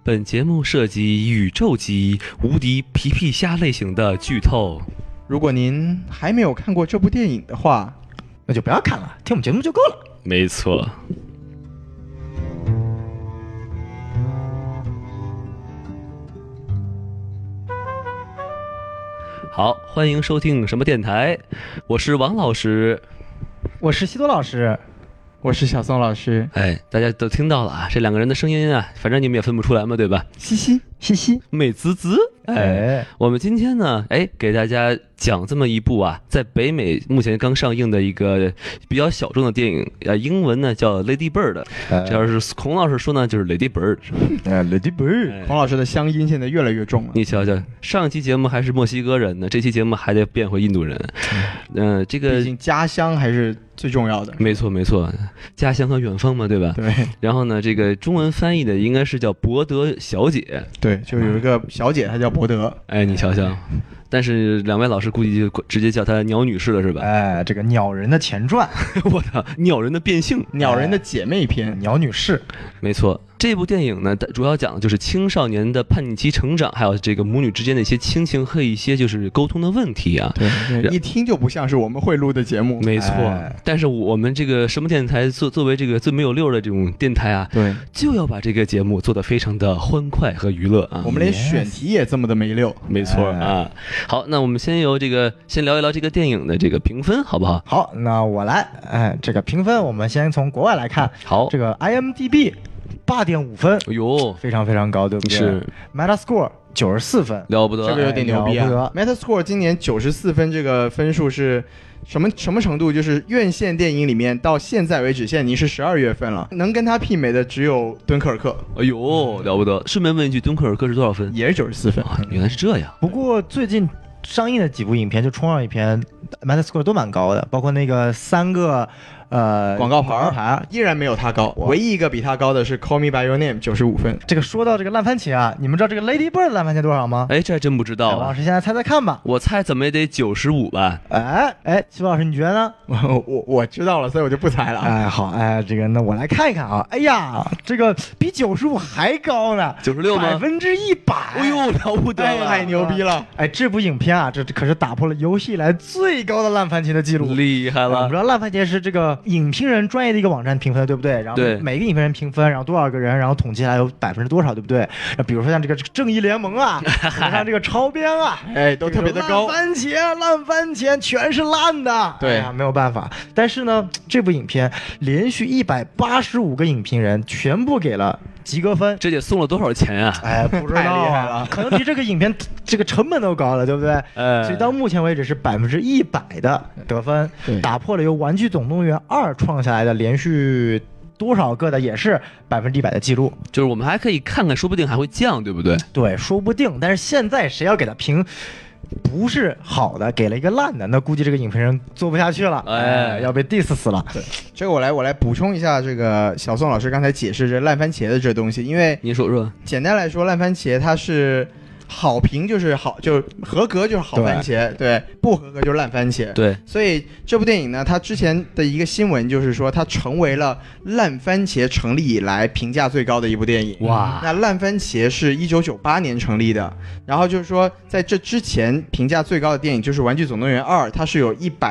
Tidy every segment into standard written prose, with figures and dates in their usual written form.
本节目涉及宇宙级、无敌皮皮虾类型的剧透。 如果您还没有看过这部电影的话， 那就不要看了，听我们节目就够了。 没错。好，欢迎收听什么电台，我是王老师， 我是西多老师， 我是小宋老师。 哎，大家都听到了啊，这两个人的声音啊，反正你们也分不出来嘛，对吧？ 嘻嘻嘻嘻， 美滋滋。哎，我们今天呢，给大家讲这么一部啊，在北美目前刚上映的一个比较小众的电影，英文呢叫 Lady Bird， 这要是孔老师说呢，就是 Lady Bird。Lady Bird， 孔老师的乡音现在越来越重了。 你瞧瞧，上期节目还是墨西哥人呢，这期节目还得变回印度人。这个毕竟家乡还是最重要的。 没错没错，家乡和远方嘛，对吧？ 对。 然后呢，这个中文翻译的应该是叫博德小姐。 对，就有一个小姐，她叫博德。 哎，你瞧瞧。但是两位老师估计就直接叫她鸟女士了，是吧？ 哎，这个鸟人的前传， 我操，鸟人的变性， 鸟人的姐妹篇， 鸟女士， 没错。这部电影呢，主要讲的就是青少年的叛逆期成长，还有这个母女之间的一些亲情和一些就是沟通的问题啊。 对，一听就不像是我们会录的节目。 没错，但是我们这个什么电台作为这个最没有溜的这种电台啊， 对， 就要把这个节目做得非常的欢快和娱乐啊。 我们连选题也这么的没溜。 没错啊。好，那我们先聊一聊这个电影的这个评分，好不好？ 好，那我来。这个评分我们先从国外来看。 好， 这个 IMDB 8.5分， 哎呦， 非常非常高，对不对？ 是。 Metascore 94分， 了不得， 这个有点牛逼啊。Metascore 今年94分，这个分数是什么程度？就是院线电影里面到现在为止，现在已经是12月份了，能跟它媲美的只有敦刻尔克。 哎呦，了不得！顺便问一句，敦刻尔克是多少分？ 也是94分啊，原来是这样。 不过最近上映的几部影片，就冲上一篇 Metascore 都蛮高的，包括那个3个广告牌依然没有它高，唯一一个比它高的是 Call Me By Your Name 95分。 这个说到这个烂番茄啊，你们知道这个 Lady Bird 的烂番茄多少吗？ 哎，这还真不知道啊。 王老师现在猜猜看吧。 我猜怎么也得95吧。 齐老师你觉得呢？ 我知道了，所以我就不猜了。 好，这个那我来看一看啊。哎呀，这个比95还高呢 ，96吗 ？100%。 哎呦，了不得了， 太牛逼了！ 这部影片啊，这可是打破了有史以来最高的烂番茄的记录， 厉害了。 我们知道烂番茄是这个影评人专业的一个网站评分的，对不对？然后每个影评人评分，然后多少个人，然后统计下来有多少，对不对？比如说像这个正义联盟啊，像这个超编啊， 都特别的高。 烂番茄全是烂的， 对没有办法。但是呢，这部影片连续185个影评人全部给了及格分， 这得送了多少钱啊？ 不知道，太厉害了，可能比这个影片这个成本都高了，对不对？所以到目前为止是100%的得分，打破了由《玩具总动员2》创下来的连续多少个的也是100%的记录。 就是我们还可以看看，说不定还会降，对不对？ 对，说不定。但是现在谁要给他评不是好的，给了一个烂的，那估计这个影评人做不下去了，要被 diss 死了。 对，这个我来补充一下，这个小宋老师刚才解释这烂番茄的这东西，因为您说说， 简单来说，烂番茄它是好评就是好，就合格就是好番茄，对，不合格就是烂番茄， 对。 所以这部电影呢，它之前的一个新闻就是说，它成为了烂番茄成立以来评价最高的一部电影。 哇！ 那烂番茄是1998年成立的，然后就是说，在这之前评价最高的电影就是《玩具总动员2》，它是有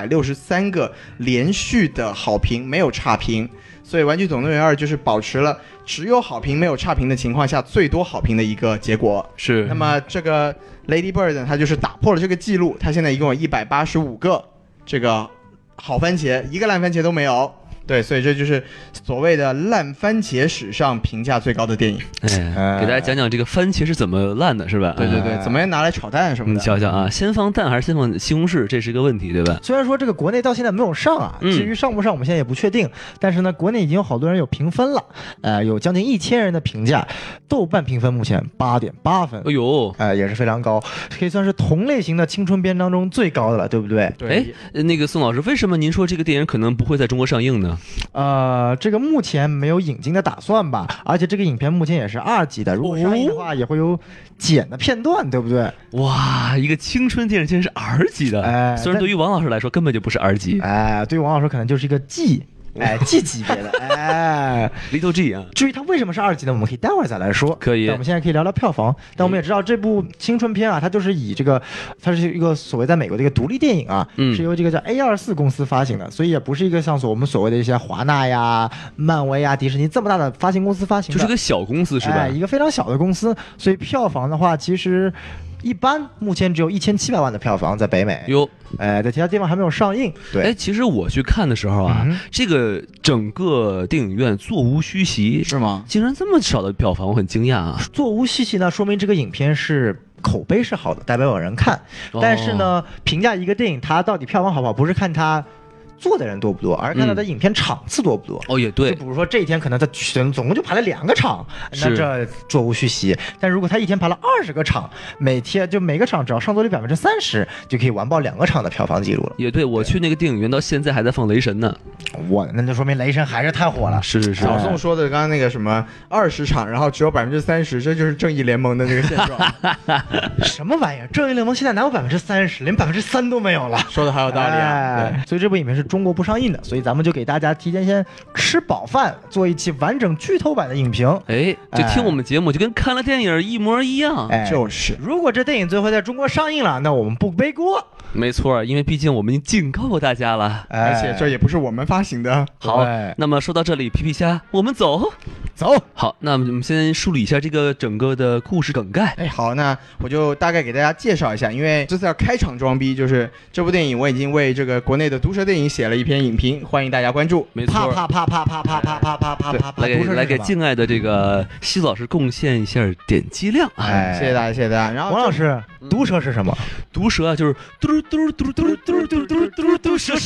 163个连续的好评，没有差评。所以《玩具总动员2》就是保持了只有好评没有差评的情况下最多好评的一个结果。 是。 那么这个 Lady Bird 呢，它就是打破了这个记录，它现在一共有185个这个好番茄，一个烂番茄都没有。对，所以这就是所谓的烂番茄史上评价最高的电影。 给大家讲讲这个番茄是怎么烂的，是吧？ 对对对，怎么拿来炒蛋什么的。 你瞧瞧啊，先放蛋还是先放西红柿，这是个问题，对吧？ 虽然说这个国内到现在没有上啊，至于上不上我们现在也不确定，但是呢，国内已经有好多人有评分了，有将近1000人的评价，豆瓣评分目前8.8分， 哎呦， 也是非常高，可以算是同类型的青春片当中最高的了，对不对？ 对。 那个宋老师，为什么您说这个电影可能不会在中国上映呢？ 这个目前没有引进的打算吧，而且这个影片目前也是2级的，如果上映的话也会有剪的片段，对不对？ 哇，一个青春电影竟然是R级的，虽然对于王老师来说根本就不是R级， 对于王老师可能就是一个G G 级别的 Little G 啊。 至于它为什么是2级呢？我们可以待会儿再来说。 可以。 但我们现在可以聊聊票房。但我们也知道这部青春片啊，它就是以它是一个所谓在美国的一个独立电影啊，是由这个叫 A24 公司发行的，所以也不是一个像我们所谓的一些华纳呀、漫威呀、迪士尼这么大的发行公司发行的， 就是个小公司是吧？ 一个非常小的公司，所以票房的话，其实一般目前只有1700万的票房在北美。 哟， 在其他地方还没有上映。对， 其实我去看的时候啊，这个整个电影院座无虚席， 是吗？ 竟然这么少的票房，我很惊讶啊！ 座无虚席呢，说明这个影片是口碑是好的，代表有人看。但是呢，评价一个电影它到底票房好不好，不是看它做的人多不多，而看它的影片场次多不多。 也对。 就比如说这一天可能他总共就排了2个场，那这座无虚席。但如果他一天排了20个场，每个场只要上座率30%，就可以完爆2个场的票房记录了。 也对，我去那个电影院到现在还在放雷神呢。 那就说明雷神还是太火了。 是。 小宋说的刚刚那个什么20场，然后只有30%，这就是正义联盟的这个现状。 什么玩意儿？正义联盟现在哪有30%，连3%都没有了。 说的还有道理啊。 对，所以这部影片是中国不上映的，所以咱们就给大家提前先吃饱饭，做一期完整剧透版的影评。 就听我们节目就跟看了电影一模一样。 就是， 如果这电影最后在中国上映了，那我们不背锅。 没错，因为毕竟我们已经警告过大家了， 而且这也不是我们发行的。 好，那么说到这里，皮皮虾，我们走。好，那我们先梳理一下这个整个的故事梗概。 好，那我就大概给大家介绍一下，因为这次要开场装逼，就是这部电影我已经为这个国内的毒舌电影写了一篇影评，欢迎大家关注。 没错，来给敬爱的这个西子老师贡献一下点击量。 谢谢大家，谢谢大家。然后王老师，毒舌是什么？ 毒舌啊，就是嘟嘟嘟嘟嘟嘟嘟嘟舌。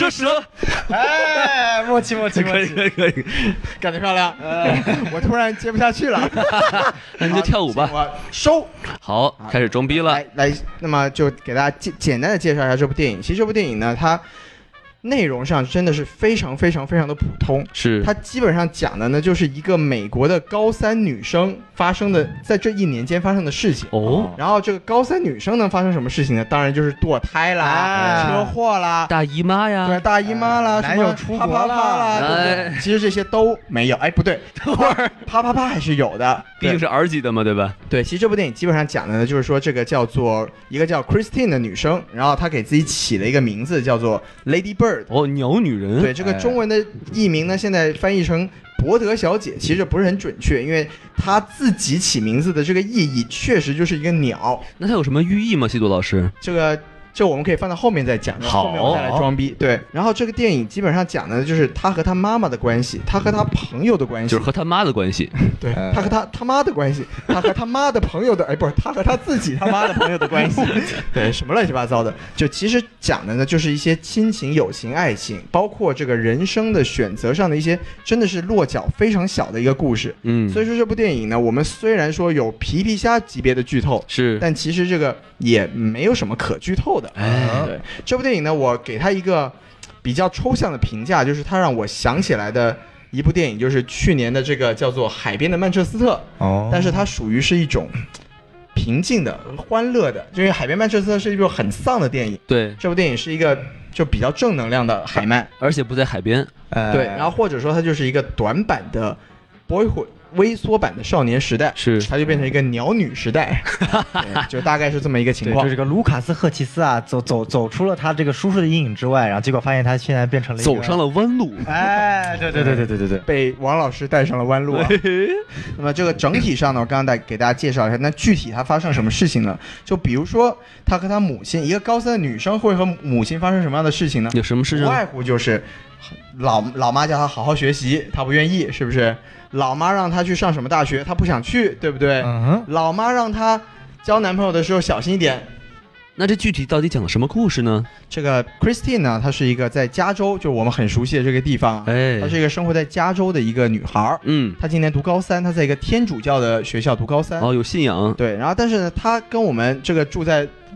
默契， 可以， 干得漂亮。我突然接不下去了， 那你就跳舞吧。 我收。 好，开始装逼了。 来，那么就给大家简单的介绍一下这部电影。其实这部电影呢，它内容上真的是非常非常非常的普通， 是它基本上讲的呢就是一个美国的高3女生发生的在这1年间发生的事情。然后这个高3女生呢发生什么事情呢？当然就是堕胎啦、车祸啦、 大姨妈呀， 对，大姨妈啦， 男友出国啦，其实这些都没有。不对，等会儿啪还是有的， 毕竟是R级的嘛，对吧？ 对，其实这部电影基本上讲的呢就是说这个一个叫 Christine 的女生，然后她给自己起了一个名字叫做 Lady Bird。 鸟女人。 对，这个中文的译名呢，现在翻译成伯德小姐，其实这不是很准确，因为她自己起名字的这个意义确实就是一个鸟。 那它有什么寓意吗？西多老师？ 这我们可以放到后面再讲，后面我再来装逼。对，然后这个电影基本上讲的就是他和他妈妈的关系，他和他朋友的关系， 就是和他妈的关系。 对，他和他妈的关系，他和他妈的朋友的，不是他和他自己他妈的朋友的关系。对，什么乱七八糟的，就其实讲的呢，就是一些亲情、友情、爱情，包括这个人生的选择上的一些，真的是落脚非常小的一个故事。所以说这部电影呢，我们虽然说有皮皮虾级别的剧透，但其实这个也没有什么可剧透的。对，这部电影呢，我给它一个比较抽象的评价，就是它让我想起来的一部电影，就是去年的这个叫做《海边的曼彻斯特》。但是它属于是一种平静的、欢乐的，因为《海边曼彻斯特》是一部很丧的电影。 对， 这部电影是一个就比较正能量的海漫， 而且不在海边。 对，然后或者说它就是一个短版的 Boyhood。微缩版的少年时代，它就变成一个鸟女时代，就大概是这么一个情况。 就这个卢卡斯·赫奇斯啊，走出了他这个舒适的阴影之外，然后结果发现他现在变成了走上了弯路。 对， 被王老师带上了弯路啊。那么这个整体上呢，我刚刚给大家介绍一下，那具体他发生什么事情呢？就比如说他和他母亲，一个高3的女生会和母亲发生什么样的事情呢？ 有什么事情？ 无外乎就是老妈叫他好好学习，他不愿意，是不是？老妈让他去上什么大学，他不想去，对不对？老妈让他交男朋友的时候小心一点。 那这具体到底讲了什么故事呢？ 这个 Christine 呢，她是一个在加州，就我们很熟悉的这个地方，她是一个生活在加州的一个女孩。她今年读高3，她在一个天主教的学校读高3。 有信仰。 对，然后但是呢，她跟我们这个住在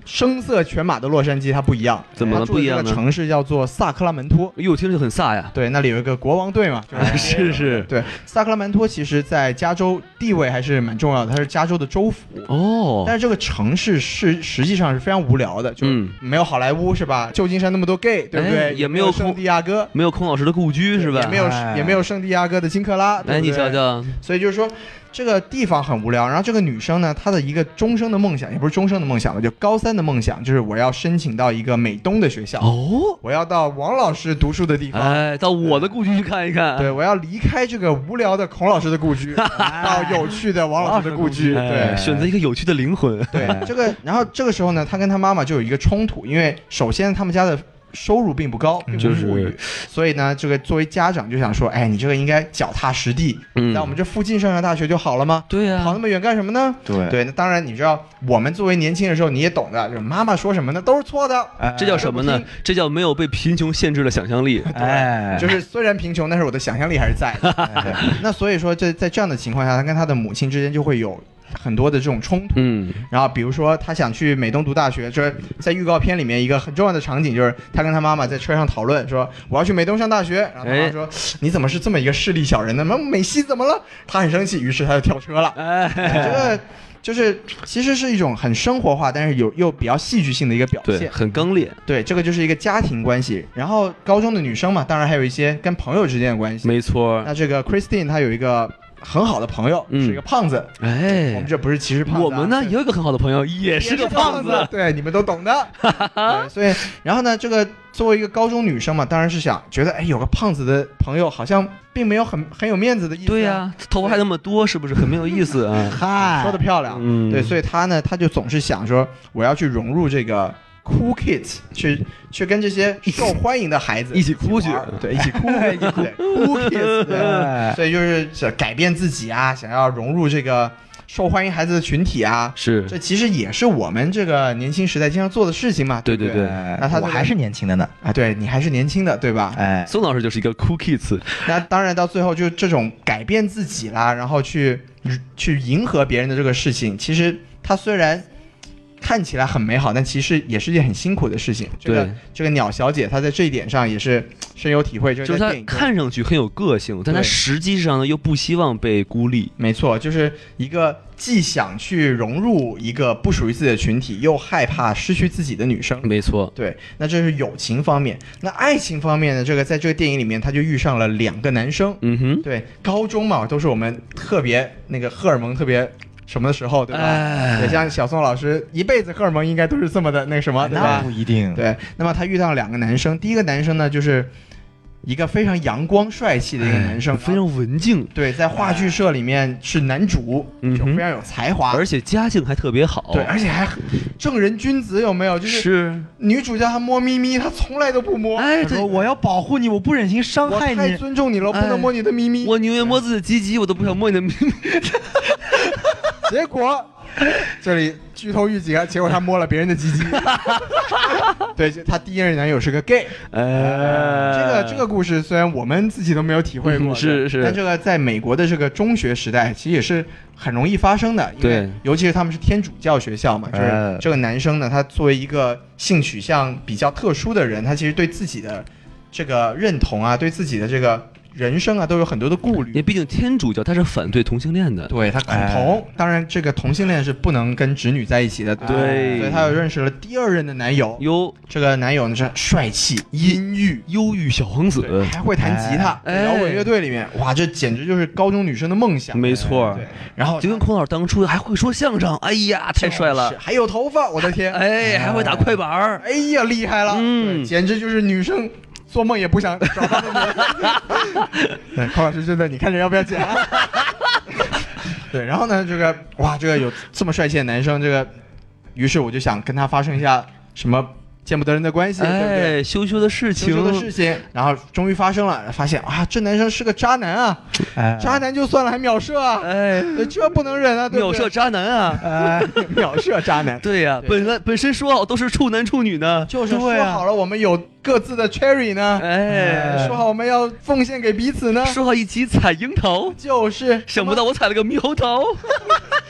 声色犬马的洛杉矶它不一样。 怎么不一样呢？ 这个城市叫做萨克拉门托。 哟，听着就很飒呀。 对，那里有一个国王队嘛。 是。 对，萨克拉门托其实在加州地位还是蛮重要的，它是加州的州府。 哦。 但是这个城市实际上是非常无聊的，就是没有好莱坞是吧？旧金山那么多 gay， 对不对？ 也没有圣地亚哥， 没有孔老师的故居是吧？ 也没有圣地亚哥的金克拉。 哎，你瞧瞧。 所以就是说。这个地方很无聊，然后这个女生呢，她的一个终生的梦想，也不是终生的梦想吧，就高3的梦想，就是我要申请到一个美东的学校，我要到王老师读书的地方， 哎，到我的故居去看一看， 对，我要离开这个无聊的孔老师的故居，到有趣的王老师的故居，对， 选择一个有趣的灵魂， 对，这个，然后这个时候呢，她跟她妈妈就有一个冲突，因为首先他们家的收入并不高，并不富裕，所以呢，这个作为家长就想说，哎，你这个应该脚踏实地，在我们这附近上大学就好了吗？ 对呀， 跑那么远干什么呢？对，那当然，你知道，我们作为年轻的时候，你也懂的，就是妈妈说什么呢，都是错的。 这叫什么呢？这叫没有被贫穷限制的想象力。 哎，就是虽然贫穷，但是我的想象力还是在的。那所以说，在这样的情况下，他跟他的母亲之间就会有很多的这种冲突，然后比如说他想去美东读大学，就是在预告片里面一个很重要的场景，就是他跟他妈妈在车上讨论说我要去美东上大学，然后他妈说、你怎么是这么一个势利小人呢？美西怎么了？他很生气，于是他就跳车了。这个就是其实是一种很生活化，但是又比较戏剧性的一个表现， 对，很刚烈。 对，这个就是一个家庭关系。然后高中的女生嘛，当然还有一些跟朋友之间的关系。 没错。 那这个 Christine 她有一个很好的朋友，是一个胖子。 哎， 我们这不是歧视胖子、 我们呢也有一个很好的朋友，也是个胖子。 对，你们都懂的。对，所以然后呢，这个作为一个高中女生嘛，当然是想觉得，哎，有个胖子的朋友好像并没有很有面子的意思。 对呀，头发还那么多，是不是很没有意思啊？ 嗨，说的漂亮。对，所以她呢，她就总是想说，我要去融入这个cool kids， 去跟这些受欢迎的孩子一起哭去， 对，一起哭，一起哭 cool kids， 对，所以就是改变自己啊，想要融入这个受欢迎孩子的群体啊， 是， 这其实也是我们这个年轻时代经常做的事情嘛。 对， 那我还是年轻的呢啊，对你还是年轻的，对吧？ 哎， 宋老师就是一个 cool kids。 那当然到最后就这种改变自己啦，然后去迎合别人的这个事情，其实它虽然看起来很美好，但其实也是一件很辛苦的事情。这个鸟小姐她在这一点上也是深有体会， 就是她看上去很有个性，但她实际上呢又不希望被孤立。 没错，就是一个既想去融入一个不属于自己的群体，又害怕失去自己的女生。 没错， 对，那这是友情方面。那爱情方面呢？这个在这个电影里面，他就遇上了2个男生。对，高中嘛，都是我们特别那个荷尔蒙特别什么的时候，对吧？对，像小宋老师一辈子荷尔蒙应该都是这么的那个什么，对吧？ 那不一定。 对，那么他遇到2个男生，第一个男生呢，就是一个非常阳光帅气的一个男生， 非常文静。 对，在话剧社里面是男主，就非常有才华， 而且家境还特别好。 对，而且还正人君子，有没有？就是女主叫他摸咪咪，他从来都不摸。 哎，说我要保护你，我不忍心伤害你， 我太尊重你了，不能摸你的咪咪。 我宁愿摸自己的鸡鸡，我都不想摸你的咪咪。 结果这里剧透预警啊！结果他摸了别人的鸡鸡。对，他第一任男友是个 gay。这个故事虽然我们自己都没有体会过， 是， 但这个在美国的这个中学时代，其实也是很容易发生的。因为尤其是他们是天主教学校嘛，就是这个男生呢，他作为一个性取向比较特殊的人，他其实对自己的这个认同啊，对自己的这个人生啊都有很多的顾虑， 因为毕竟天主教他是反对同性恋的， 对他恐同，当然这个同性恋是不能跟直女在一起的， 对， 所以他又认识了第2任的男友，这个男友呢是帅气、阴郁、 忧郁小王子， 还会弹吉他，摇滚乐队里面，哇，这简直就是高中女生的梦想， 没错。 然后就跟孔老师当初还会说相声，哎呀，太帅了， 还有头发，我的天， 哎，还会打快板， 哎呀，厉害了，简直就是女生做梦也不想找他的人。对，孔老师真的，你看着要不要剪啊？对，然后呢，这个有这么帅气的男生，于是我就想跟他发生一下什么见不得人的关系，对不对？ 羞羞的事情， 然后终于发生了，发现啊，这男生是个渣男啊，渣男就算了，还秒射啊，这不能忍啊，对不对？ 秒射渣男啊， 秒射渣男， 对呀，本身说好都是处男处女呢， 就是说好了我们有各自的 cherry 呢，说好我们要奉献给彼此呢， 说好一起采樱桃， 就是想不到我采了个猕猴桃。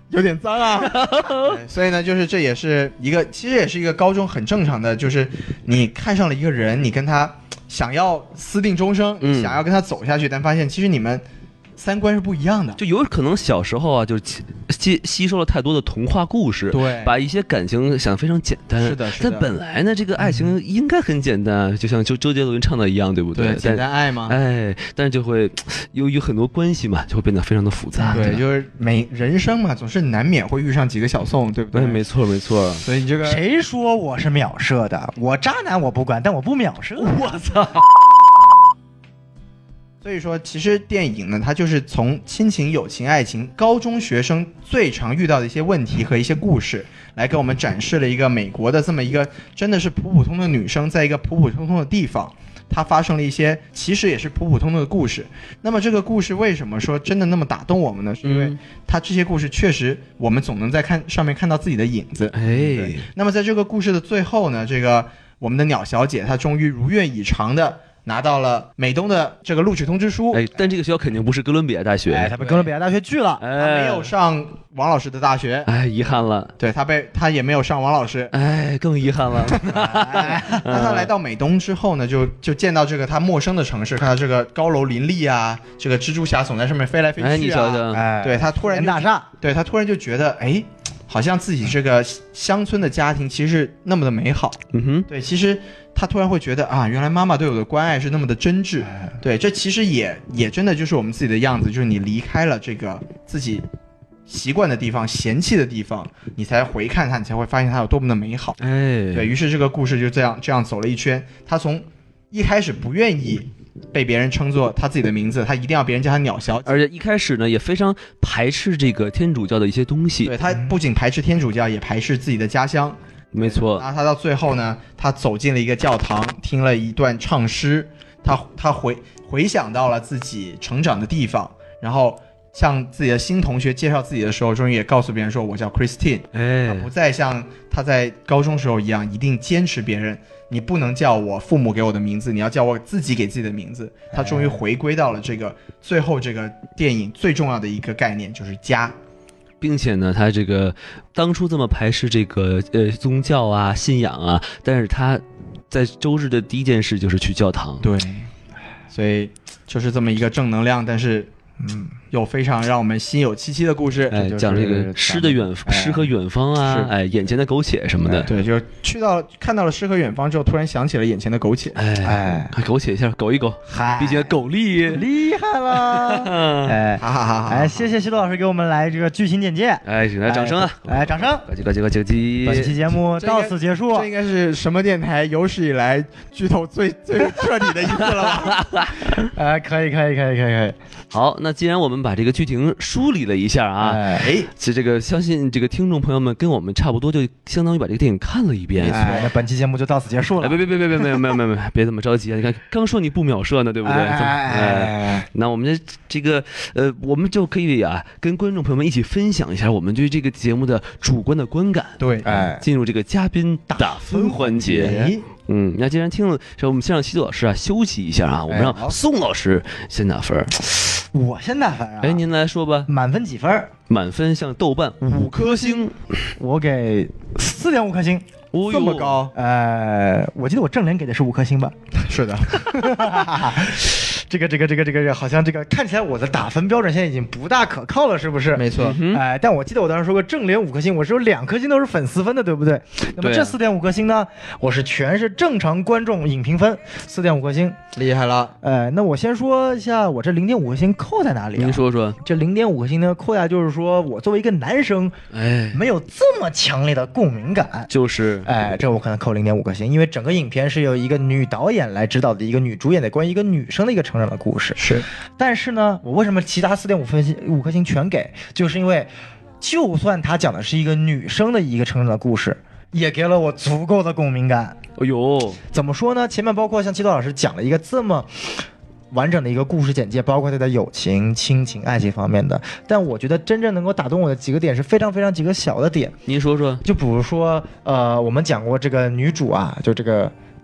有点脏啊。所以呢，就是这也是一个，其实也是一个高中很正常的，就是你看上了一个人，你跟他想要私定终生，想要跟他走下去，但发现其实你们三观是不一样的， 就有可能小时候啊，就吸收了太多的童话故事， 对， 把一些感情想得非常简单。 是的，是的。 但本来呢，这个爱情应该很简单，就像周杰伦唱的一样，对不对？ 对，简单爱嘛。 哎，但是就会有很多关系嘛，就会变得非常的复杂。 对，就是人生嘛，总是难免会遇上几个小宋，对不对？ 没错，没错。 所以这个谁说我是秒射的？我渣男我不管，但我不秒射。 我操！ 所以说，其实电影呢，它就是从亲情、友情、爱情、高中学生最常遇到的一些问题和一些故事，来给我们展示了一个美国的这么一个真的是普普通通的女生，在一个普普通通的地方，她发生了一些其实也是普普通通的故事。那么这个故事为什么说真的那么打动我们呢？是因为它这些故事确实我们总能在上面看到自己的影子。 哎， 那么在这个故事的最后呢，这个我们的鸟小姐她终于如愿以偿的拿到了美东的这个录取通知书。 哎，但这个学校肯定不是哥伦比亚大学， 他被哥伦比亚大学拒了， 他没有上王老师的大学， 哎，遗憾了。 对，他也没有上王老师， 哎，更遗憾了。 那他来到美东之后呢，就见到这个他陌生的城市，看到这个高楼林立啊，这个蜘蛛侠总在上面飞来飞去啊， 哎，你瞧瞧， 对他突然大厦， 对他突然就觉得，哎，好像自己这个乡村的家庭其实是那么的美好。对，其实他突然会觉得啊，原来妈妈对我的关爱是那么的真挚。对，这其实也真的就是我们自己的样子，就是你离开了这个自己习惯的地方、嫌弃的地方，你才回看它，你才会发现它有多么的美好。 哎， 对，于是这个故事就这样走了一圈。他从一开始不愿意被别人称作他自己的名字，他一定要别人叫他鸟小姐， 而且一开始呢也非常排斥这个天主教的一些东西。 对，他不仅排斥天主教，也排斥自己的家乡。 没错。 然后他到最后呢，他走进了一个教堂，听了一段唱诗，他回想到了自己成长的地方，然后向自己的新同学介绍自己的时候，终于也告诉别人说我叫 Christine。他不再像他在高中时候一样，一定坚持别人，你不能叫我父母给我的名字，你要叫我自己给自己的名字。他终于回归到了这个最后这个电影最重要的一个概念，就是家。 并且呢，他这个当初这么排斥这个宗教啊、信仰啊，但是他在周日的第一件事就是去教堂。 对，所以就是这么一个正能量，但是有非常让我们心有戚戚的故事。 哎，讲这个诗和远方啊，哎，眼前的苟且什么的。 对，就是看到了诗和远方之后，突然想起了眼前的苟且。 哎，苟且一下，苟一苟。 嗨， 毕竟苟利厉害了。哎， 好， 哎，谢谢西多老师给我们来这个剧情简介。 哎，请大家掌声啊！ 哎，掌声！ 呱唧。 本期节目到此结束。 这应该是什么电台有史以来剧透最彻底的一次了吧？ 哎，可以。 好，那既然我们把这个剧情梳理了一下啊，哎，其实这个相信这个听众朋友们跟我们差不多，就相当于把这个电影看了一遍。 没错，那本期节目就到此结束了。 别，别这么着急啊！你看，刚说你不秒射呢，对不对？那我们这个我们就可以啊，跟观众朋友们一起分享一下我们对这个节目的主观的观感。 对， 进入这个嘉宾打分环节。那既然听了，我们先让西多老师啊休息一下啊，我们让宋老师先打分。 我先打分啊！ 哎，您来说吧。 满分几分？ 满分像豆瓣5颗星， 我给4.5颗星。 这么高？ 我记得我正联给的是5颗星吧？ 是的。 这个好像这个看起来我的打分标准现在已经不大可靠了，是不是？ 没错。 但我记得我当时说过正联5颗星，我是有2颗星都是粉丝分的，对不对？那么这4.5颗星呢，我是全是正常观众影评分，4.5颗星， 厉害了。 那我先说一下我这0.5颗星扣在哪里？ 您说说。 这0.5颗星呢，扣下就是说我作为一个男生，没有这么强烈的共鸣感， 就是， 这我可能扣0.5颗星，因为整个影片是由一个女导演来指导的一个女主演的关于一个女生的一个成长的故事。 是， 但是呢，我为什么其他4.5颗星全给？就是因为，就算她讲的是一个女生的一个成长的故事，也给了我足够的共鸣感。 哎呦， 怎么说呢？前面包括像七多老师讲了一个这么完整的一个故事简介，包括他的友情、亲情、爱情方面的，但我觉得真正能够打动我的几个点是非常非常几个小的点。 您说说。 就比如说，我们讲过这个女主啊，就这个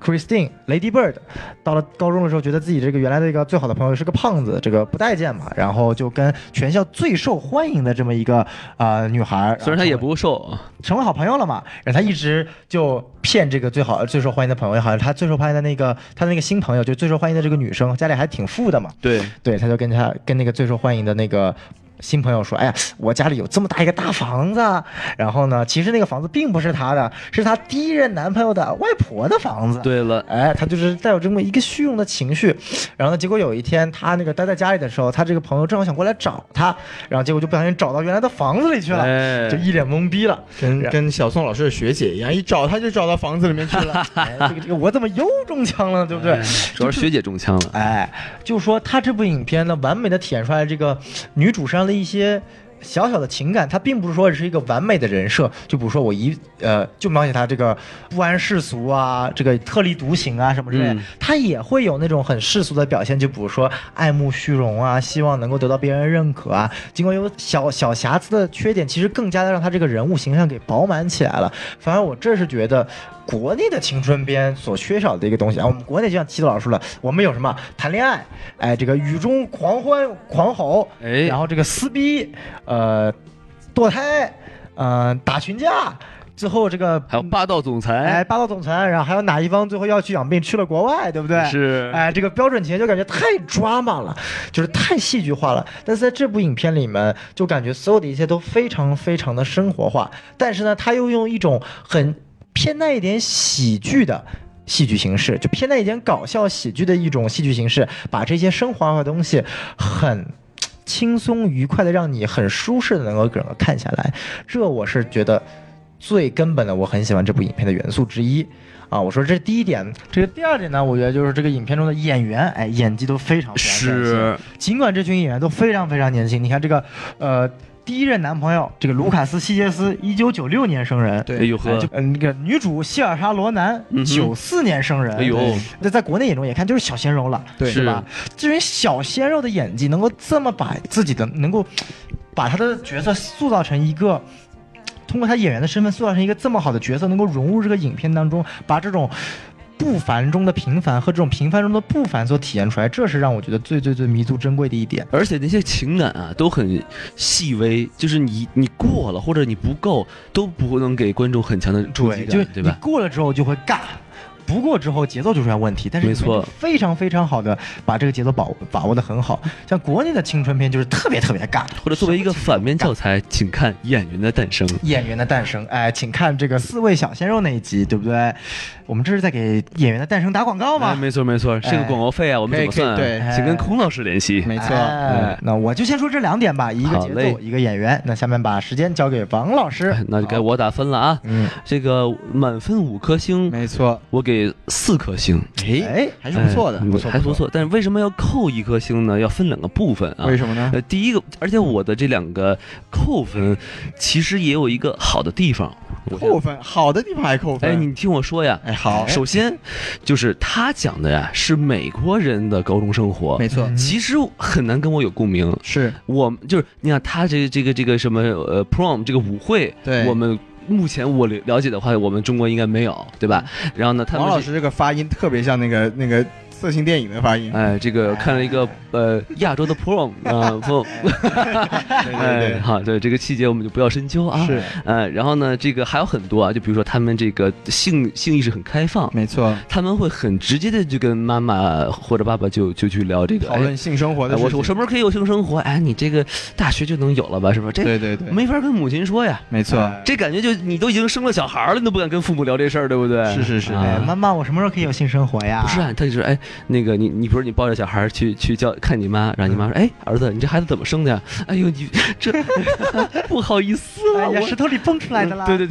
Christine Lady Bird， 到了高中的时候，觉得自己这个原来的一个最好的朋友是个胖子，这个不待见嘛，然后就跟全校最受欢迎的这么一个女孩， 虽然她也不瘦， 成为好朋友了嘛。然后他一直就骗这个最受欢迎的朋友，好像他最受欢迎的他的那个新朋友，就最受欢迎的这个女生，家里还挺富的嘛。 对， 他就跟那个最受欢迎的那个新朋友说，哎呀，我家里有这么大一个大房子，然后呢，其实那个房子并不是他的，是他第一任男朋友的外婆的房子。 对了， 哎，他就是带有这么一个虚荣的情绪。然后呢，结果有一天他那个待在家里的时候，他这个朋友正好想过来找他，然后结果就不小心找到原来的房子里去了，就一脸懵逼了， 跟小宋老师的学姐一样，一找他就找到房子里面去了。 哎，这个我怎么又中枪了，对不对？ 主要是学姐中枪了。 哎，就说他这部影片呢，完美的体现出来这个女主上的一些小小的情感，它并不是说是一个完美的人设，就比如说我就描写他这个不谙世俗啊，这个特立独行啊什么之类的，他也会有那种很世俗的表现，就比如说爱慕虚荣啊，希望能够得到别人认可啊，尽管有小瑕疵的缺点，其实更加的让他这个人物形象给饱满起来了。反而我这是觉得国内的青春片所缺少的一个东西啊，我们国内就像七子老师说了，我们有什么谈恋爱，哎，这个雨中狂欢狂吼，哎，然后这个撕逼，堕胎，打群架，最后这个还有霸道总裁， 哎，霸道总裁，然后还有哪一方最后要去养病去了国外，对不对？ 是， 哎，这个标准情节就感觉太drama了，就是太戏剧化了。但是在这部影片里面，就感觉所有的一切都非常非常的生活化，但是呢，他又用一种很偏带一点喜剧的戏剧形式，就偏带一点搞笑喜剧的一种戏剧形式，把这些生活化的东西很轻松愉快的让你很舒适的能够整个看下来，这我是觉得最根本的，我很喜欢这部影片的元素之一啊。我说这是第一点，这个第二点呢，我觉得就是这个影片中的演员，哎，演技都非常非常年轻，尽管这群演员都非常非常年轻，你看这个第一任男朋友这个卢卡斯·希杰斯，1996年生人， 对，哎呦呵， 那个女主希尔莎·罗南，94年生人， 哎呦， 那在国内眼中也看就是小鲜肉了， 对， 是吧？这群小鲜肉的演技能够这么把自己的，能够把他的角色塑造成一个。通过他演员的身份塑造成一个这么好的角色，能够融入这个影片当中，把这种不凡中的平凡和这种平凡中的不凡所体现出来，这是让我觉得最弥足珍贵的一点。 而且那些情感啊都很细微，就是你过了或者你不够，都不能给观众很强的冲击感，对吧？ 你过了之后就会尬。不过之后节奏就出现问题，但是没错， 非常非常好的把这个节奏把握的很好。像国内的青春片就是特别尬， 或者作为一个反面教材，请看《演员的诞生》。 演员的诞生，哎，请看这个4位小鲜肉那一集，对不对？我们这是在给《演员的诞生》打广告吗？ 哎，没错，这个广告费啊，我们怎么算？ 对， 请跟孔老师联系。 没错， 那我就先说这2点吧，一个节奏，一个演员。那下面把时间交给王老师， 那就该我打分了啊。这个满分5颗星， 没错， 我给4颗星。 哎，还是不错的， 还不错。但是为什么要扣1颗星呢？要分2个部分啊。 为什么呢？ 第一个，而且我的这2个扣分其实也有一个好的地方。 扣分，好的地方还扣分。 哎，你听我说呀。 哎，好。 首先，就是他讲的呀是美国人的高中生活， 没错。 其实很难跟我有共鸣。 是我就是你看他这个什么prom 这个舞会， 对， 我们。目前我了解的话，我们中国应该没有，对吧？然后呢，他们王老师这个发音特别像那个色情电影的发音。 哎，这个看了一个亚洲的 prom 啊，prom， 对，好，对这个细节我们就不要深究啊。 是， 然后呢，这个还有很多啊，就比如说他们这个性意识很开放， 没错， 他们会很直接的就跟妈妈或者爸爸就去聊这个讨论性生活的事情。 我什么时候可以有性生活？哎，你这个大学就能有了吧？是吧？这对， 没法跟母亲说呀。 没错， 这感觉就你都已经生了小孩了，你都不敢跟父母聊这事儿，对不对？ 是。 妈妈，我什么时候可以有性生活呀？ 不是啊，他就说，哎，那个你比如你抱着小孩去看你妈，然后你妈说，哎，儿子，你这孩子怎么生的呀？哎呦，你这不好意思啊， 我石头里蹦出来的啦。 对，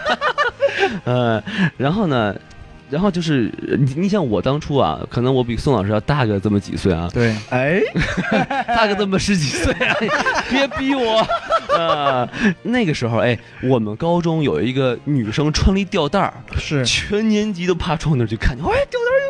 然后就是你想我当初啊，可能我比宋老师要大个这么几岁啊。 对， 哎， 大个这么10几岁啊，别逼我那个时候，哎，我们高中有一个女生穿了一吊带儿， 是全年级都爬窗那儿去看，哎，吊带儿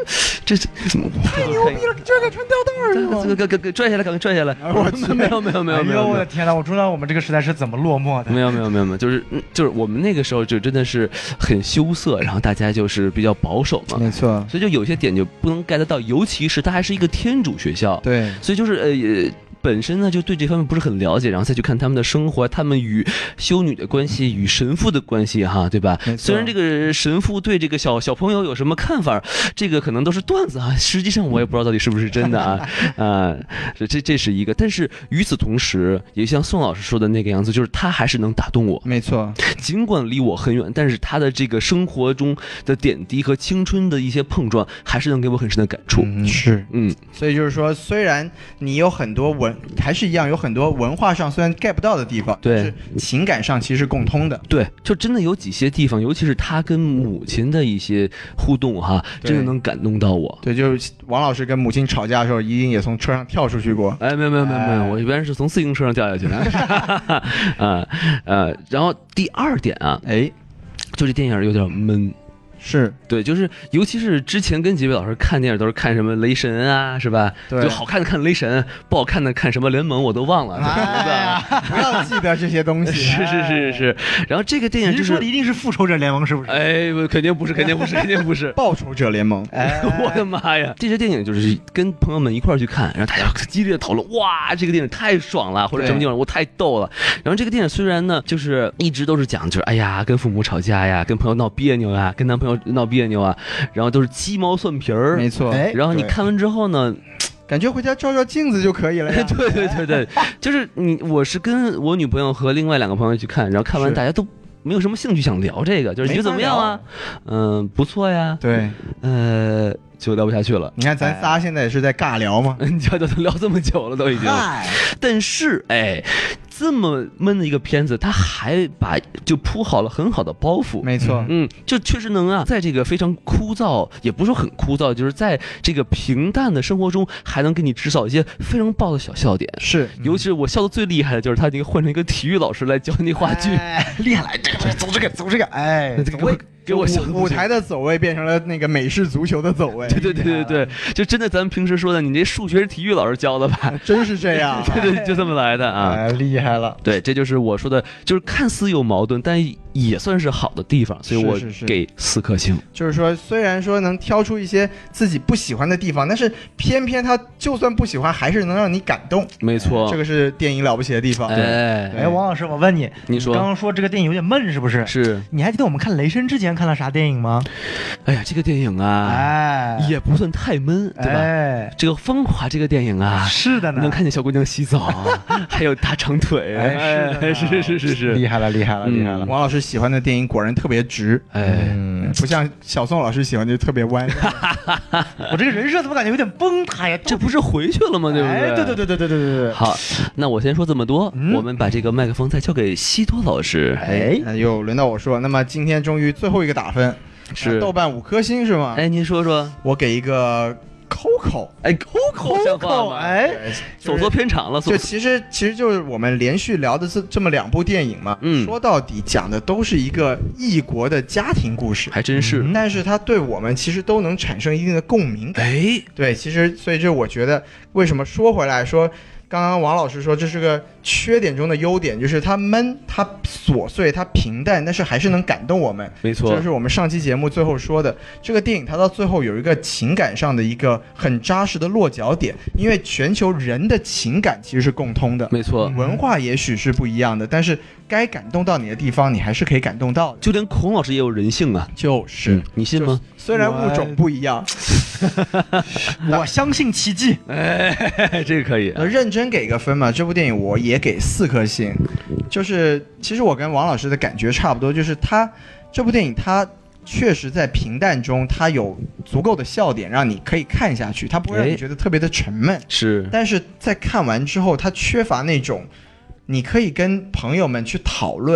这太牛逼了，这个穿吊带是吗？ 这个拽下来，赶快拽下来！没有， 哎呦我的天哪！我不知道我们这个时代是怎么落寞的。 没有，就是我们那个时候就真的是很羞涩，然后大家就是比较保守嘛， 没错， 所以就有些点就不能 get 到，尤其是它还是一个天主学校， 对， 所以就是本身呢就对这方面不是很了解，然后再去看他们的生活，他们与修女的关系，与神父的关系哈，对吧？虽然这个神父对这个小朋友有什么看法，这个可能都是段子啊，实际上我也不知道到底是不是真的啊这是一个，但是与此同时，也像宋老师说的那个样子，就是他还是能打动我， 没错， 尽管离我很远，但是他的这个生活中的点滴和青春的一些碰撞，还是能给我很深的感触。 所以就是说，虽然你有很多还是一样有很多文化上虽然 get 不到的地方， 对， 但是情感上其实是共通的。 对，就真的有几些地方，尤其是他跟母亲的一些互动哈，真的能感动到我。 对，就是王老师跟母亲吵架的时候，一定也从车上跳出去过。 哎，没有，我一般是从自行车上掉下去的。然后第二点啊，就这电影有点闷。 是对，就是尤其是之前跟几位老师看电影都是看什么雷神啊，是吧？ 对， 就好看的看雷神，不好看的看什么联盟，我都忘了。 不要记得这些东西。 是。然后这个电影就是说的一定是复仇者联盟，是不是？ 哎，肯定不是。 报仇者联盟。 我的妈呀！这些电影就是跟朋友们一块儿去看，然后大家激烈的讨论，哇，这个电影太爽了，或者什么地方我太逗了。然后这个电影虽然呢，就是一直都是讲，就是哎呀，跟父母吵架呀，跟朋友闹别扭呀，跟男朋友闹别扭啊，然后都是鸡毛蒜皮儿， 没错。 然后你看完之后呢， 感觉回家照照镜子就可以了呀。 对，就是我是跟我女朋友和另外2个朋友去看，然后看完大家都没有什么兴趣想聊这个，就是你觉得怎么样啊？不错呀。 对， 就聊不下去了。 你看咱仨现在也是在尬聊吗？ 你就聊这么久了都已经。但是这么闷的一个片子，他还就铺好了很好的包袱。 没错， 就确实能在这个非常枯燥，也不是说很枯燥，就是在这个平淡的生活中，还能给你制造一些非常爆的小笑点。 是， 尤其是我笑的最厉害的就是他那个换成一个体育老师来教你话剧， 厉害了，这个走这个， 给我笑舞台的走位变成了那个美式足球的走位。 对，就真的咱们平时说的，你这数学是体育老师教的吧？ 真是这样， 对，就这么来的啊， 厉害了。 对，这就是我说的，就是看似有矛盾，但也算是好的地方，所以我给4颗星。 就是说，虽然说能挑出一些自己不喜欢的地方，但是偏偏他就算不喜欢，还是能让你感动。 没错， 这个是电影了不起的地方。 王老师，我问你， 你说刚刚说这个电影有点闷，是不是？ 是。 你还记得我们看《雷神》之前看了啥电影吗？ 哎呀，这个电影啊，也不算太闷，对吧？这个《芳华》这个电影啊， 是的呢， 能看见小姑娘洗澡，还有大长腿，是， 厉害了。 王老师喜欢的电影果然特别直，不像小宋老师喜欢的就特别弯。 我这个人设怎么感觉有点崩塌呀？ 这不是回去了吗？对不对？ 对。 好，那我先说这么多，我们把这个麦克风再交给西多老师。 那又轮到我说，那么今天终于最后一个打分是豆瓣5颗星是吗？ 您说说， 我给一个。Coco， 像话吗？走错片场了。 就其实就是我们连续聊的这么2部电影嘛。说到底讲的都是一个异国的家庭故事， 还真是。 但是它对我们其实都能产生一定的共鸣感。对，其实所以这我觉得，为什么说回来说。刚刚王老师说这是个缺点中的优点，就是它闷，它琐碎，它平淡，但是还是能感动我们。 没错， 这是我们上期节目最后说的，这个电影它到最后有一个情感上的一个很扎实的落脚点，因为全球人的情感其实是共通的。 没错， 文化也许是不一样的，但是该感动到你的地方，你还是可以感动到的。 就连孔老师也有人性啊， 就是你信吗？ 虽然物种不一样， 我相信奇迹。 这个可以。 认真给个分嘛，这部电影我也给4颗星。就是其实我跟王老师的感觉差不多，就是这部电影它确实在平淡中，它有足够的笑点让你可以看下去，它不会让你觉得特别的沉闷。 是， 但是在看完之后，它缺乏那种你可以跟朋友们去讨论。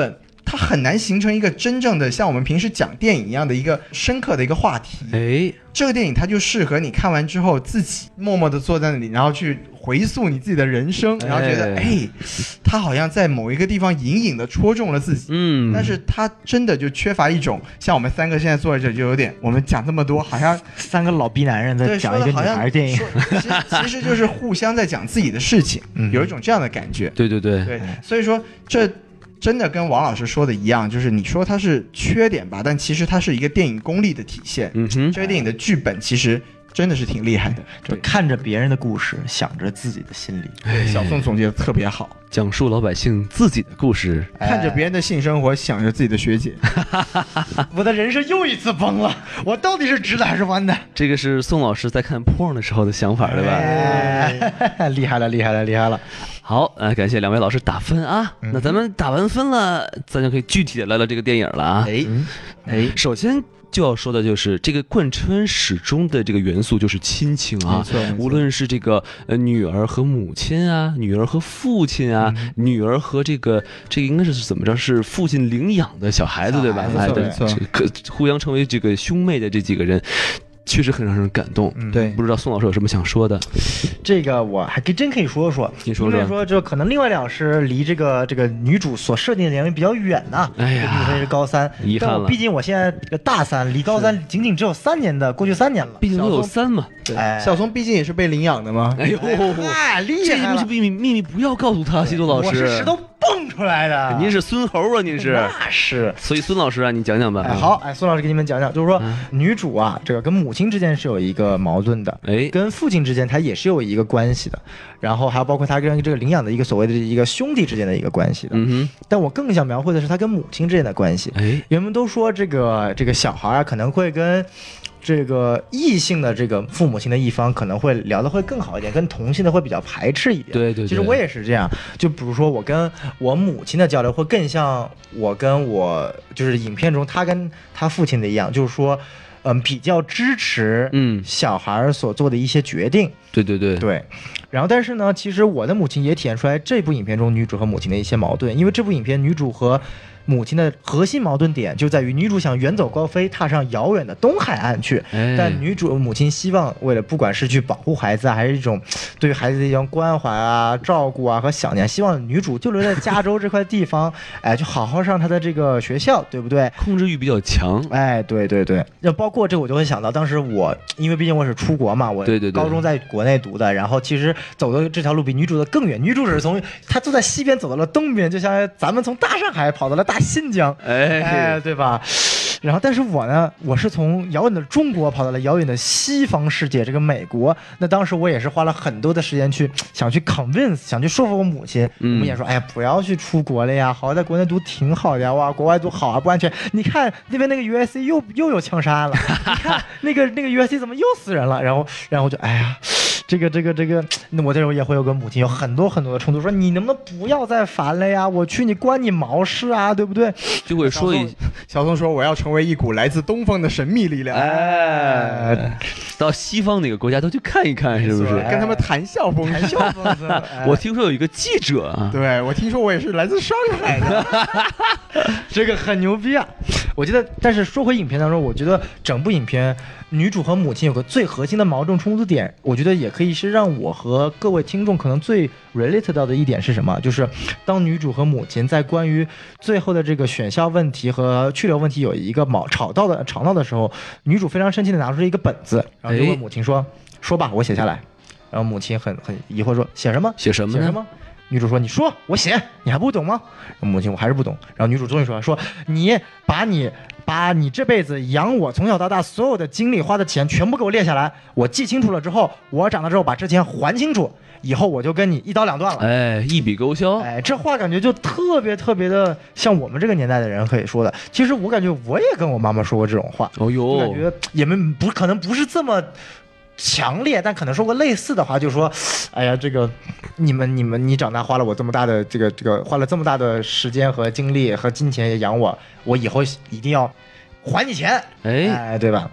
它很难形成一个真正的像我们平时讲电影一样的一个深刻的一个话题。这个电影它就适合你看完之后自己默默地坐在那里，然后去回溯你自己的人生，然后觉得他好像在某一个地方隐隐地戳中了自己。但是他真的就缺乏一种像我们三个现在坐在这就有点我们讲这么多好像三个老逼男人在讲一个女孩电影， 其实就是互相在讲自己的事情，有一种这样的感觉。 对， 所以说这真的跟王老师说的一样，就是你说它是缺点吧，但其实它是一个电影功力的体现。这个电影的剧本其实真的是挺厉害的， 就看着别人的故事，想着自己的心里。 对，小宋总结的特别好， 讲述老百姓自己的故事， 看着别人的性生活，想着自己的学姐。 我的人生又一次崩了，我到底是直的还是弯的？ 这个是宋老师在看 porn 的时候的想法，对吧？ 厉害了！ 好，感谢两位老师打分啊。那咱们打完分了，咱就可以具体的聊聊这个电影了啊。首先就要说的就是这个贯穿始终的这个元素就是亲情啊，无论是这个女儿和母亲啊，女儿和父亲啊，女儿和这个应该是怎么着，是父亲领养的小孩子，对吧？ 没错， 互相成为这个兄妹的这几个人。确实很让人感动， 对， 不知道宋老师有什么想说的？ 这个我还真可以说说， 你说说。 因为说就可能另外两师离这个女主所设定的年龄比较远呐， 哎呀， 这是高三， 遗憾了。 毕竟我现在这个大三，离高三仅仅只有3年的，过去3年了。 毕竟都有3嘛。 对，小松毕竟也是被领养的嘛。 哎呦，太厉害了！ 这秘密不要告诉他，西多老师。 我是石头蹦出来的。 您是孙猴啊，您是。 那是。 所以孙老师啊，你讲讲吧。 好，孙老师给你们讲讲，就是说女主啊，这个跟母亲之间是有一个矛盾的，跟父亲之间他也是有一个关系的，然后还有包括他跟这个领养的一个所谓的一个兄弟之间的一个关系的。但我更想描绘的是他跟母亲之间的关系。人们都说这个小孩啊可能会跟这个异性的这个父母亲的一方可能会聊得会更好一点，跟同性的会比较排斥一点。 对， 其实我也是这样。就比如说我跟我母亲的交流会更像我跟我就是影片中他跟他父亲的一样，就是说比较支持小孩所做的一些决定。 对。 然后但是呢，其实我的母亲也体现出来这部影片中女主和母亲的一些矛盾，因为这部影片女主和母亲的核心矛盾点就在于女主想远走高飞，踏上遥远的东海岸去，但母亲希望为了不管是去保护孩子啊，还是一种对于孩子的一种关怀啊、照顾啊和想念，希望女主就留在加州这块地方，就好好上她的这个学校，对不对？ 控制欲比较强。 对。那包括这个我就会想到，当时我因为毕竟我是出国嘛，我高中在国内读的，然后其实走的这条路比女主的更远，女主是从她坐在西边走到了东边，就像咱们从大上海跑到了大新疆，对吧？然后，但是我呢，我是从遥远的中国跑到了遥远的西方世界，这个美国。那当时我也是花了很多的时间想去 convince， 想去说服我母亲。我们也说，哎呀，不要去出国了呀，好好在国内读挺好的呀，哇，国外读好啊，不安全。你看那边那个 USC 又有枪杀案了，你看那个 USC 怎么又死人了？然后我就哎呀。这个，那我这时候也会有跟母亲有很多很多的冲突，说你能不能不要再烦了呀？我去，你关你毛事啊，对不对？ 就会说小松说我要成为一股来自东方的神秘力量， 到西方哪个国家都去看一看，是不是？ 跟他们谈笑风生。 我听说有一个记者啊， 对，我听说我也是来自上海的， 这个很牛逼啊！我觉得，但是说回影片当中，我觉得整部影片女主和母亲有个最核心的矛盾冲突点，我觉得也可以是让我和各位听众可能最 relate 到的一点是什么？就是当女主和母亲在关于最后的这个选校问题和去留问题有一个吵闹的时候，女主非常生气的拿出了一个本子，然后就问母亲说：“说吧，我写下来。”然后母亲很疑惑说：“写什么？ 写什么呢？” 女主说：“你说，我写，你还不懂吗？”母亲：“我还是不懂。”然后女主终于说：“你把你这辈子养我从小到大所有的精力花的钱全部给我列下来，我记清楚了之后，我长大之后把这钱还清楚，以后我就跟你一刀两断了。” 一笔勾销。 这话感觉就特别特别的像我们这个年代的人可以说的。其实我感觉我也跟我妈妈说过这种话。 哦哟， 感觉也可能不是这么强烈，但可能说过类似的话，就说，哎呀，这个你长大花了我这么大的这个花了这么大的时间和精力和金钱养我以后一定要还你钱，对吧？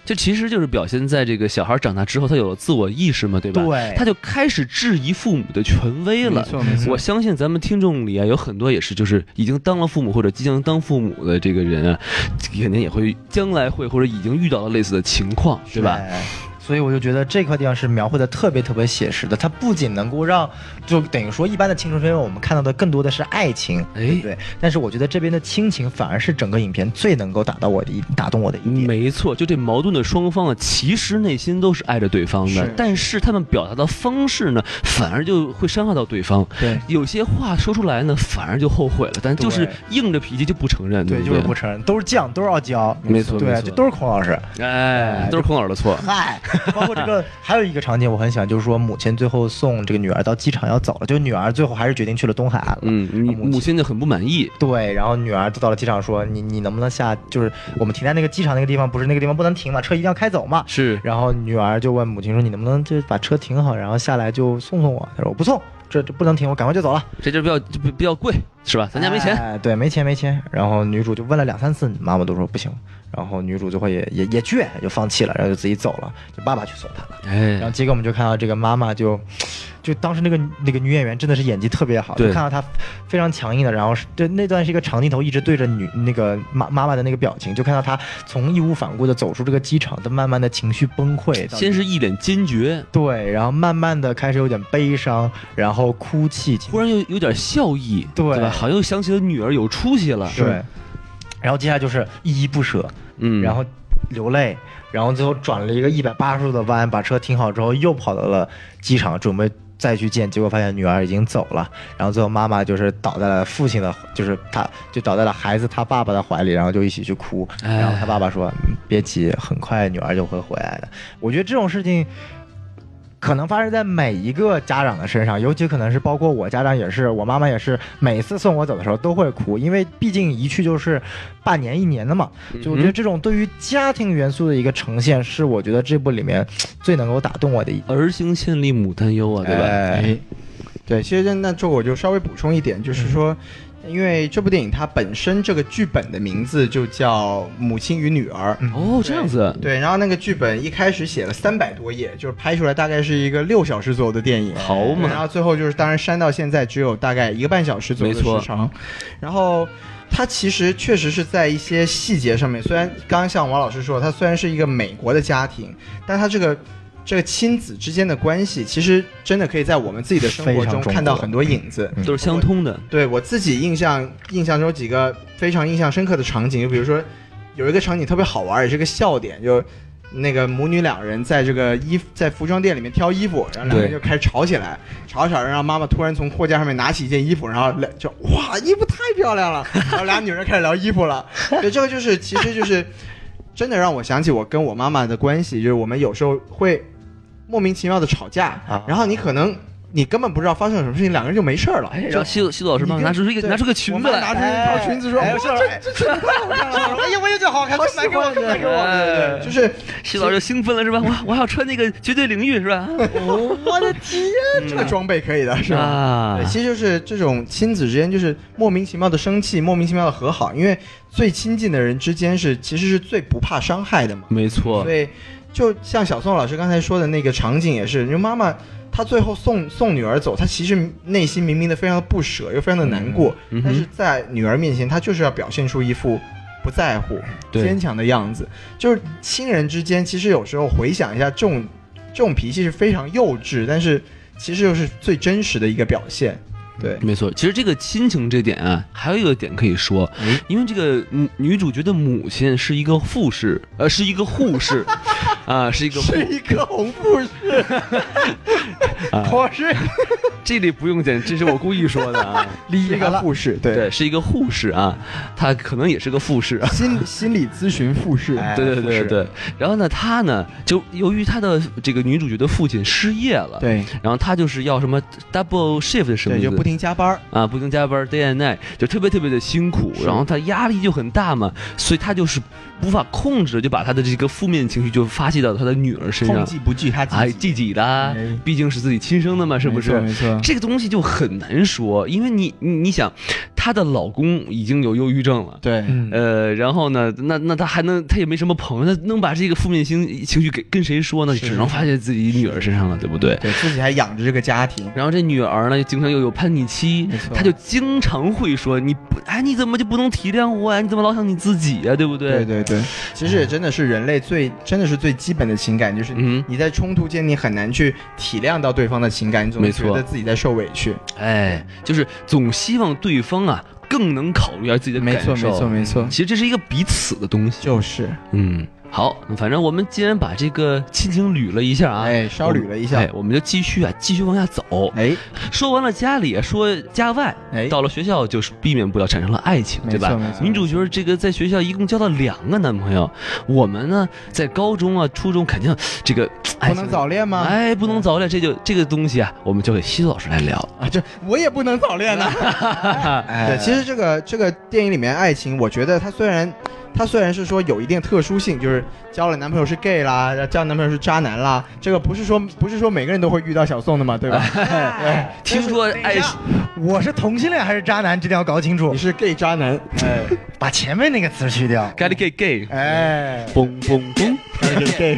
这其实就是表现在这个小孩长大之后，他有了自我意识嘛，对吧？ 对， 他就开始质疑父母的权威了。 没错没错。 我相信咱们听众里啊，有很多也是就是已经当了父母或者即将当父母的这个人啊，肯定也会将来会或者已经遇到了类似的情况，对吧？ 所以我就觉得这块地方是描绘的特别特别写实的，它不仅能够让，就等于说一般的青春片我们看到的更多的是爱情，对不对？但是我觉得这边的亲情反而是整个影片最能够打动我的一点。 没错，就这矛盾的双方啊，其实内心都是爱着对方的，但是他们表达的方式呢，反而就会伤害到对方。 对， 有些话说出来呢，反而就后悔了，但就是硬着脾气就不承认。 对，就是不承认，都是犟，都是傲娇。 没错， 对，这都是孔老师。 哎，都是孔老师的错。 嗨。包括这个还有一个场景我很喜欢，就是说母亲最后送这个女儿到机场要走了，就女儿最后还是决定去了东海岸了。 母亲就很不满意。 对，然后女儿到了机场说：“你能不能下？就是我们停在那个机场那个地方，不是那个地方不能停嘛，车一定要开走嘛。” 是。 然后女儿就问母亲说：“你能不能就把车停好，然后下来就送送我？”她说：“我不送，这不能停，我赶快就走了。” 这就比较贵，是吧？咱家没钱。 对，没钱。然后女主就问了2-3次，妈妈都说不行。然后女主最后也倔，就放弃了，然后就自己走了，就爸爸去送她了。然后结果我们就看到这个妈妈就当时那个女演员真的是演技特别好，就看到她非常强硬的，然后那段是一个长镜头，一直对着那个妈妈的那个表情，就看到她从义无反顾的走出这个机场，的慢慢的情绪崩溃， 先是一脸坚决， 对，然后慢慢的开始有点悲伤，然后哭泣， 忽然又有点笑意，对吧？好像又想起了女儿有出息了， 对。然后接下来就是依依不舍，然后流泪，然后最后转了一个180度的弯，把车停好之后又跑到了机场，准备再去见，结果发现女儿已经走了，然后最后妈妈就是倒在了父亲的，就是他就倒在了孩子他爸爸的怀里，然后就一起去哭，然后他爸爸说：“别急，很快女儿就会回来的。”我觉得这种事情可能发生在每一个家长的身上，尤其可能是包括我家长也是，我妈妈也是，每次送我走的时候都会哭，因为毕竟一去就是半年1年的嘛。就我觉得这种对于家庭元素的一个呈现，是我觉得这部里面最能够打动我的儿行千里母担忧啊，对吧？ 对，其实那这我就稍微补充一点，就是说。因为这部电影它本身这个剧本的名字就叫《母亲与女儿》 哦，这样子。 对，然后那个剧本一开始写了300多页，就是拍出来大概是一个6小时左右的电影， 好嘛。 然后最后就是当然删到现在只有大概1个半小时左右的时长。然后它其实确实是在一些细节上面，虽然刚刚像王老师说，它虽然是一个美国的家庭，但它这个亲子之间的关系，其实真的可以在我们自己的生活中看到很多影子， 都是相通的。 对，我自己印象中几个非常印象深刻的场景，就比如说有一个场景特别好玩，也是个笑点，就那个母女2人在这个在服装店里面挑衣服，然后2人就开始吵起来，吵，然后妈妈突然从货架上面拿起一件衣服，然后就哇，衣服太漂亮了，然后俩女人开始聊衣服了。对，这个就是其实就是真的让我想起我跟我妈妈的关系，就是我们有时候会莫名其妙的吵架，然后你根本不知道发生了什么事情，2个人就没事了。 然后西子老师帮拿出个裙子来， 拿出一套裙子说：“这裙子太好看了！哎呀，我也觉得好看，买给我，买给我。”对，就是西子老师兴奋了是吧？我还要穿那个绝对领域是吧？ 我的天， 这个装备可以的是吧？对，其实就是这种亲子之间就是莫名其妙的生气，莫名其妙的和好，因为最亲近的人之间其实是最不怕伤害的嘛。 没错， 所以就像小宋老师刚才说的那个场景也是，因为妈妈她最后送女儿走，她其实内心明明的非常的不舍，又非常的难过，但是在女儿面前，她就是要表现出一副不在乎、坚强的样子。就是亲人之间，其实有时候回想一下，这种脾气是非常幼稚，但是其实又是最真实的一个表现。对， 没错。其实这个亲情这点啊，还有一个点可以说，因为这个女主角的母亲是一个护士，是一个护士，啊，是一个红护士。 我是这里不用剪，这是我故意说的啊。 一个护士， 对，是一个护士啊，她可能也是个护士， 心理咨询护士。 对。然后呢，她呢，就由于她的这个女主角的父亲失业了， 对， 然后她就是要什么 double shift 什么的， 就不停加班啊，不停加班 day and night， 就特别的辛苦，然后她压力就很大嘛，所以她就是无法控制，就把她的这个负面情绪就发泄到她的女儿身上， 痛击不惧她自己的，毕竟是自己亲生的嘛，是不是？ 没错， 这个东西就很难说，因为你想， 她的老公已经有忧郁症了， 对， 然后呢，那她也没什么朋友，她能把这个负面情绪跟谁说呢？只能发泄自己女儿身上了，对不对？ 对自己还养着这个家庭， 然后这女儿呢，经常又有叛逆期，她就经常会说你怎么就不能体谅我呀？你怎么老想你自己呀？对不对？ 对，其实也真的是人类真的是最基本的情感，就是你在冲突间你很难去体谅到对方的情感，你总觉得自己在受委屈， 就是总希望对方啊更能考虑自己的感受， 没错， 其实这是一个彼此的东西， 就是好，反正我们既然把这个亲情捋了一下啊， 稍捋了一下， 我们就继续往下走。说完了家里，说家外，到了学校就是避免不了产生了爱情，对吧？女主角这个在学校一共交到2个男朋友，我们呢在高中啊、初中肯定这个不能早恋吗？ 不能早恋，这个东西啊，我们交给西子老师来聊啊。这我也不能早恋呢。对，其实这个电影里面爱情，我觉得它虽然是说有一定特殊性，就是交了男朋友是 gay 啦，交男朋友是渣男啦，这个不是说每个人都会遇到小宋的嘛，对吧？对， 听说我是同性恋还是渣男，这点要搞清楚。 你是 gay 渣男， 把前面那个词去掉。 咖喱 gay， 嘣嘣嘣，咖喱 gay。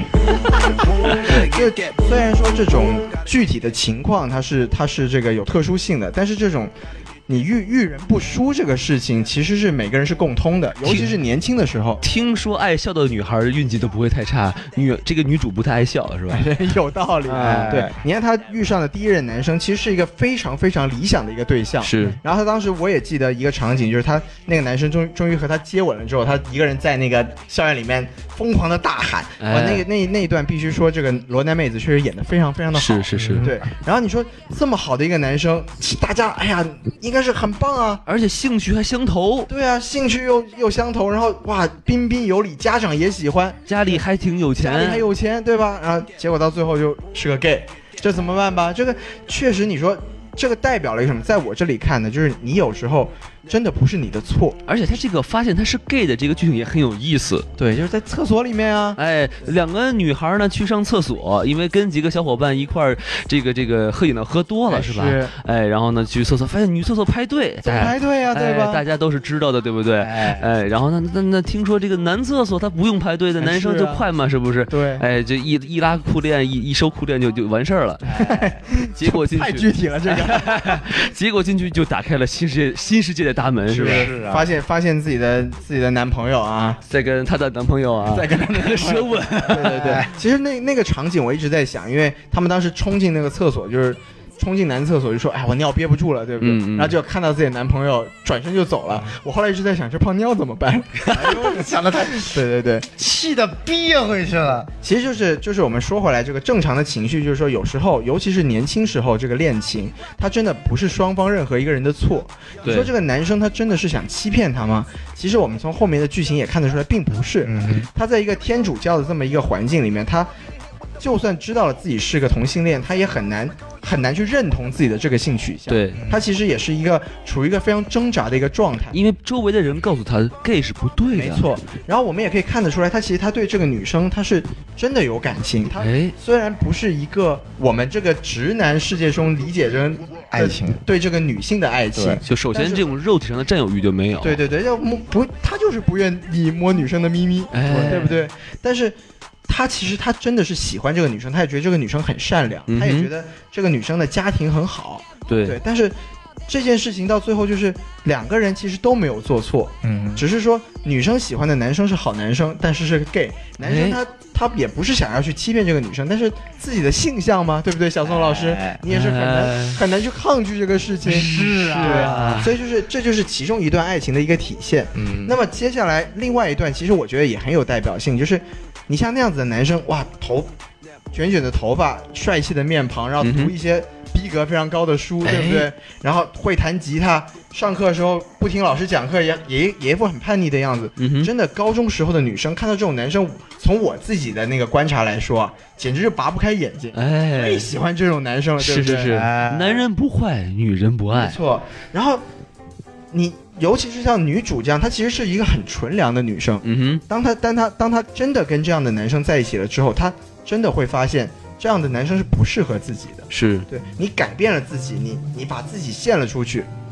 就虽然说这种具体的情况它是这个有特殊性的，但是这种。你遇人不淑这个事情，其实是每个人是共通的，尤其是年轻的时候。 听说爱笑的女孩运气都不会太差，这个女主不太爱笑，是吧？ 有道理。对，你看她遇上的第一任男生，其实是一个非常非常理想的一个对象。 是。 然后她当时我也记得一个场景，就是她那个男生终于和她接吻了之后，她一个人在那个校园里面疯狂的大喊，那一段必须说这个罗丹妹子确实演得非常非常的好。 是。 对。然后你说这么好的一个男生，大家应该是很棒啊， 而且兴趣还相投。 对啊，兴趣又相投，然后哇，彬彬有礼，家长也喜欢， 家里还挺有钱， 对吧？然后结果到最后就是个 gay， 这怎么办吧？这个确实，你说这个代表了一个什么？在我这里看呢，就是你有时候真的不是你的错， 而且他这个发现他是 gay 的这个剧情也很有意思。 对，就是在厕所里面啊 ，2个女孩呢去上厕所，因为跟几个小伙伴一块儿这个喝饮料喝多了，是吧？然后呢去厕所发现女厕所排队啊，对吧？ 大家都是知道的，对不对？然后那听说这个男厕所他不用排队的，男生就快嘛，是不是？ 对， 这一拉裤链一收裤链就完事儿了。结果进去太具体了，这个结果进去就打开了新世界的大门，是吧？ 是啊，发现自己的男朋友啊， 在跟他的男朋友啊， 在跟他的舌吻。 对。其实那个场景我一直在想，因为他们当时冲进那个厕所，就是冲进男厕所就说：“我尿憋不住了，对不对？”然后就看到自己的男朋友转身就走了。我后来一直在想，这泡尿怎么办？想的太对， 气得憋回去了。 其实就是我们说回来，这个正常的情绪，就是说有时候，尤其是年轻时候，这个恋情，它真的不是双方任何一个人的错。你说这个男生他真的是想欺骗他吗？其实我们从后面的剧情也看得出来，并不是。他在一个天主教的这么一个环境里面，他就算知道了自己是个同性恋，他也很难去认同自己的这个性取向。 对， 他其实也是处于一个非常挣扎的一个状态， 因为周围的人告诉他 gay 是不对的。 没错。然后我们也可以看得出来，其实他对这个女生他是真的有感情。他虽然不是一个我们这个直男世界中理解着爱情， 对这个女性的爱情， 就首先这种肉体上的占有欲就没有。 对，要不他就是不愿意摸女生的咪咪，对不对？但是他其实他真的是喜欢这个女生，他也觉得这个女生很善良，他也觉得这个女生的家庭很好，对。但是这件事情到最后就是2个人其实都没有做错，只是说女生喜欢的男生是好男生，但是个 gay， 男生他也不是想要去欺骗这个女生，但是自己的性向嘛，对不对？小宋老师，你也是很难去抗拒这个事情。 是啊， 对，所以这就是其中一段爱情的一个体现。那么接下来另外一段，其实我觉得也很有代表性，就是你像那样子的男生，哇，卷的头发，帅气的面庞，然后读一些逼格非常高的书，对不对？然后会弹吉他，上课的时候不听老师讲课，也一副很叛逆的样子。真的，高中时候的女生看到这种男生，从我自己的那个观察来说啊，简直就拔不开眼睛，太喜欢这种男生了，对不对？ 是，男人不坏，女人不爱， 没错。然后你尤其是像女主这样，她其实是一个很纯良的女生。当她真的跟这样的男生在一起了之后，她真的会发现这样的男生是不适合自己的。 是， 对，你改变了自己，你把自己献了出去，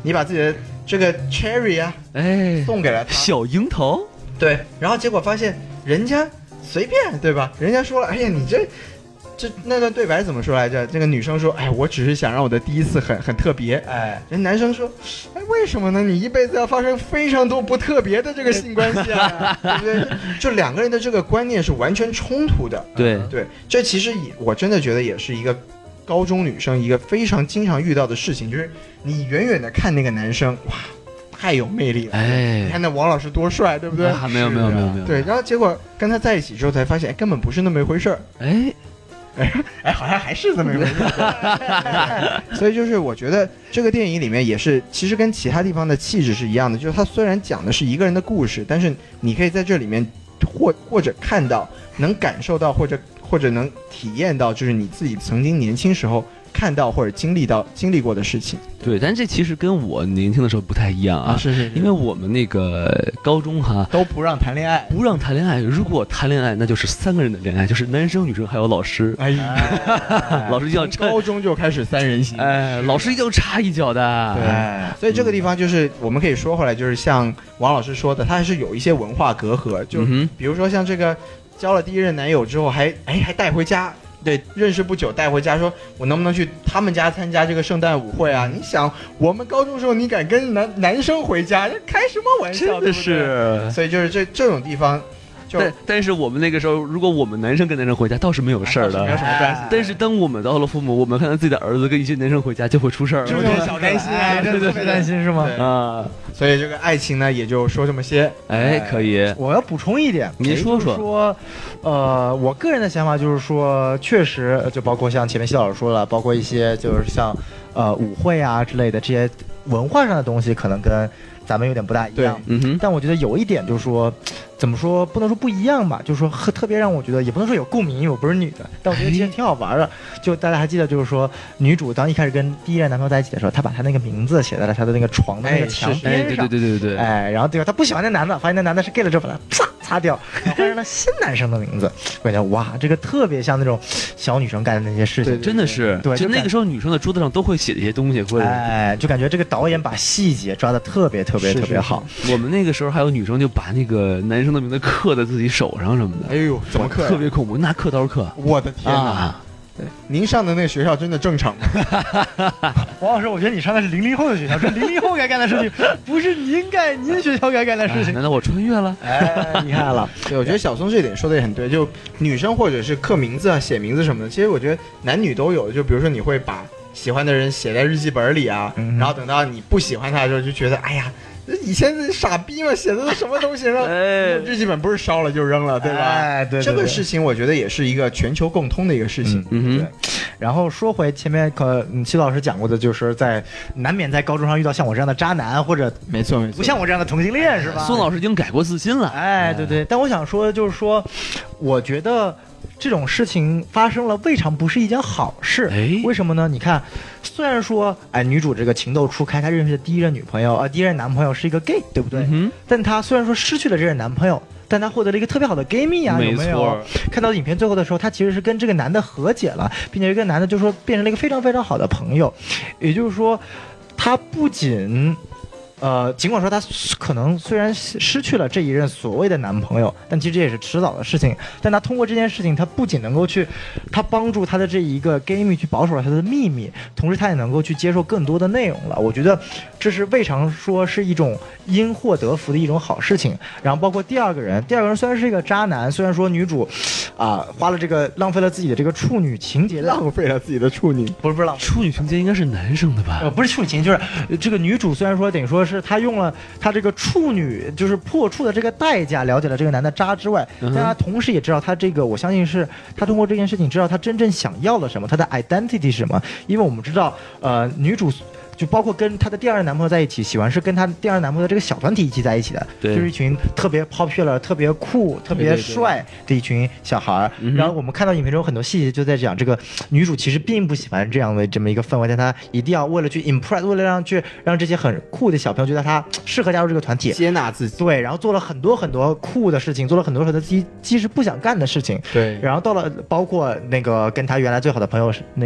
你把自己的这个 cherry 啊，送给了他小樱桃， 对，然后结果发现人家随便，对吧？人家说了，哎呀，你这那段对白怎么说来着？这个女生说，哎，我只是想让我的第一次很特别。人男生说，哎，为什么呢？你一辈子要发生非常多不特别的这个性关系啊，对不对？就两个人的这个观念是完全冲突的。 对， 这其实我真的觉得也是一个高中女生一个非常经常遇到的事情，就是你远远的看那个男生，哇，太有魅力了，你看那王老师多帅，对不对？ 没有， 对，然后结果跟他在一起之后才发现，根本不是那么一回事儿，好像还是这么一回事儿。所以就是我觉得这个电影里面也是，其实跟其他地方的气质是一样的，就是它虽然讲的是一个人的故事，但是你可以在这里面或者看到，能感受到或者能体验到，就是你自己曾经年轻时候看到或者经历过的事情。 对，但这其实跟我年轻的时候不太一样啊， 是， 因为我们那个高中都不让谈恋爱， 如果谈恋爱，那就是3个人的恋爱，就是男生、女生还有老师。老师一定要高中就开始3人行， 老师一定要插一脚的。 对，所以这个地方就是我们可以说回来，就是像王老师说的，他还是有一些文化隔阂，就比如说像这个交了第一任男友之后还带回家。对，认识不久带回家，说我能不能去他们家参加这个圣诞舞会啊？你想，我们高中时候你敢跟男生回家，开什么玩笑？ 真的是， 对，所以就是这种地方。 但是我们那个时候，如果我们男生跟男生回家，倒是没有事儿的， 没有什么关系。 但是当我们到了父母，我们看到自己的儿子跟一些男生回家，就会出事儿了， 有点小担心啊， 真的特别担心是吗？ 啊， 所以这个爱情呢，也就说这么些。 可以。 我要补充一点， 您说说。 我个人的想法就是说，确实就包括像前面谢老师说了，包括一些就是像舞会啊之类的这些文化上的东西，可能跟咱们有点不大一样。但我觉得有一点就是说，怎么说不能说不一样吧，就是说特别让我觉得，也不能说有共鸣，因为我不是女的，但我觉得其实挺好玩的。就大家还记得，就是说女主当一开始跟第一任男朋友在一起的时候，她把她那个名字写在了她的那个床的那个墙边上。 对。 然后对吧，她不喜欢那男的，发现那男的是 gay 了之后，把他擦掉，换成了新男生的名字。我感觉哇，这个特别像那种小女生干的那些事情， 真的是。对，就那个时候女生的桌子上都会写这些东西， 就感觉这个导演把细节抓得特别好。 我们那个时候还有女生就把那个男生的名字刻在自己手上什么的。 哎呦，怎么刻？ 特别恐怖，拿刻刀刻。 我的天哪！对，您上的那个学校真的正常吗？ 王老师，我觉得你上的是00后的学校，是00后该干的事情，不是您学校该干的事情。 难道我穿越了？ 厉害了！ 对，我觉得小松这一点说的也很对，就女生或者是刻名字啊、写名字什么的，其实我觉得男女都有。就比如说你会把喜欢的人写在日记本里啊，然后等到你不喜欢他的时候，就觉得哎呀。以前傻逼嘛，写的是什么东西？然后日记本不是烧了就扔了，对吧？ 对， 这个事情我觉得也是一个全球共通的一个事情。 对。然后说回前面齐老师讲过的，就是难免在高中上遇到像我这样的渣男，或者没错， 不像我这样的同性恋，是吧？ 宋老师已经改过自新了。 对。但我想说的就是说，我觉得这种事情发生了，未尝不是一件好事。为什么呢？你看，虽然说，女主这个情窦初开，她认识的第一任男朋友是一个 gay， 对不对？但她虽然说失去了这任男朋友，但她获得了一个特别好的 gay 蜜啊，有没有？看到影片最后的时候，她其实是跟这个男的和解了，并且这个男的就说变成了一个非常非常好的朋友。也就是说，她不仅尽管说她可能虽然失去了这一任所谓的男朋友，但其实这也是迟早的事情。但她通过这件事情，她不仅能够她帮助她的这一个 gay 蜜去保守了她的秘密，同时她也能够去接受更多的内容了。我觉得这是未尝说是一种因祸得福的一种好事情。然后包括第二个人虽然是一个渣男，虽然说女主花了浪费了自己的这个处女情节， 浪费了自己的处女， 不是处女情节应该是男生的吧？ 不是处女情节，就是这个女主虽然说等于说是她用了她这个处女就是破处的这个代价了解了这个男的渣之外，但她同时也知道她这个，我相信是她通过这件事情知道她真正想要了什么，她的 identity 是什么。因为我们知道女主就包括跟她的第二任男朋友在一起，喜欢是跟她第二任男朋友的这个小团体一起在一起的，就是一群特别 popular、特别酷、特别帅的一群小孩。然后我们看到影片中有很多细节就在讲，这个女主其实并不喜欢这样的这么一个氛围，但她一定要为了去 impress， 为了让这些很酷的小朋友觉得她适合加入这个团体， 接纳自己。 对，然后做了很多很多酷的事情，做了很多很多自己其实不想干的事情。 对， 然后到了包括那个跟她原来最好的朋友那个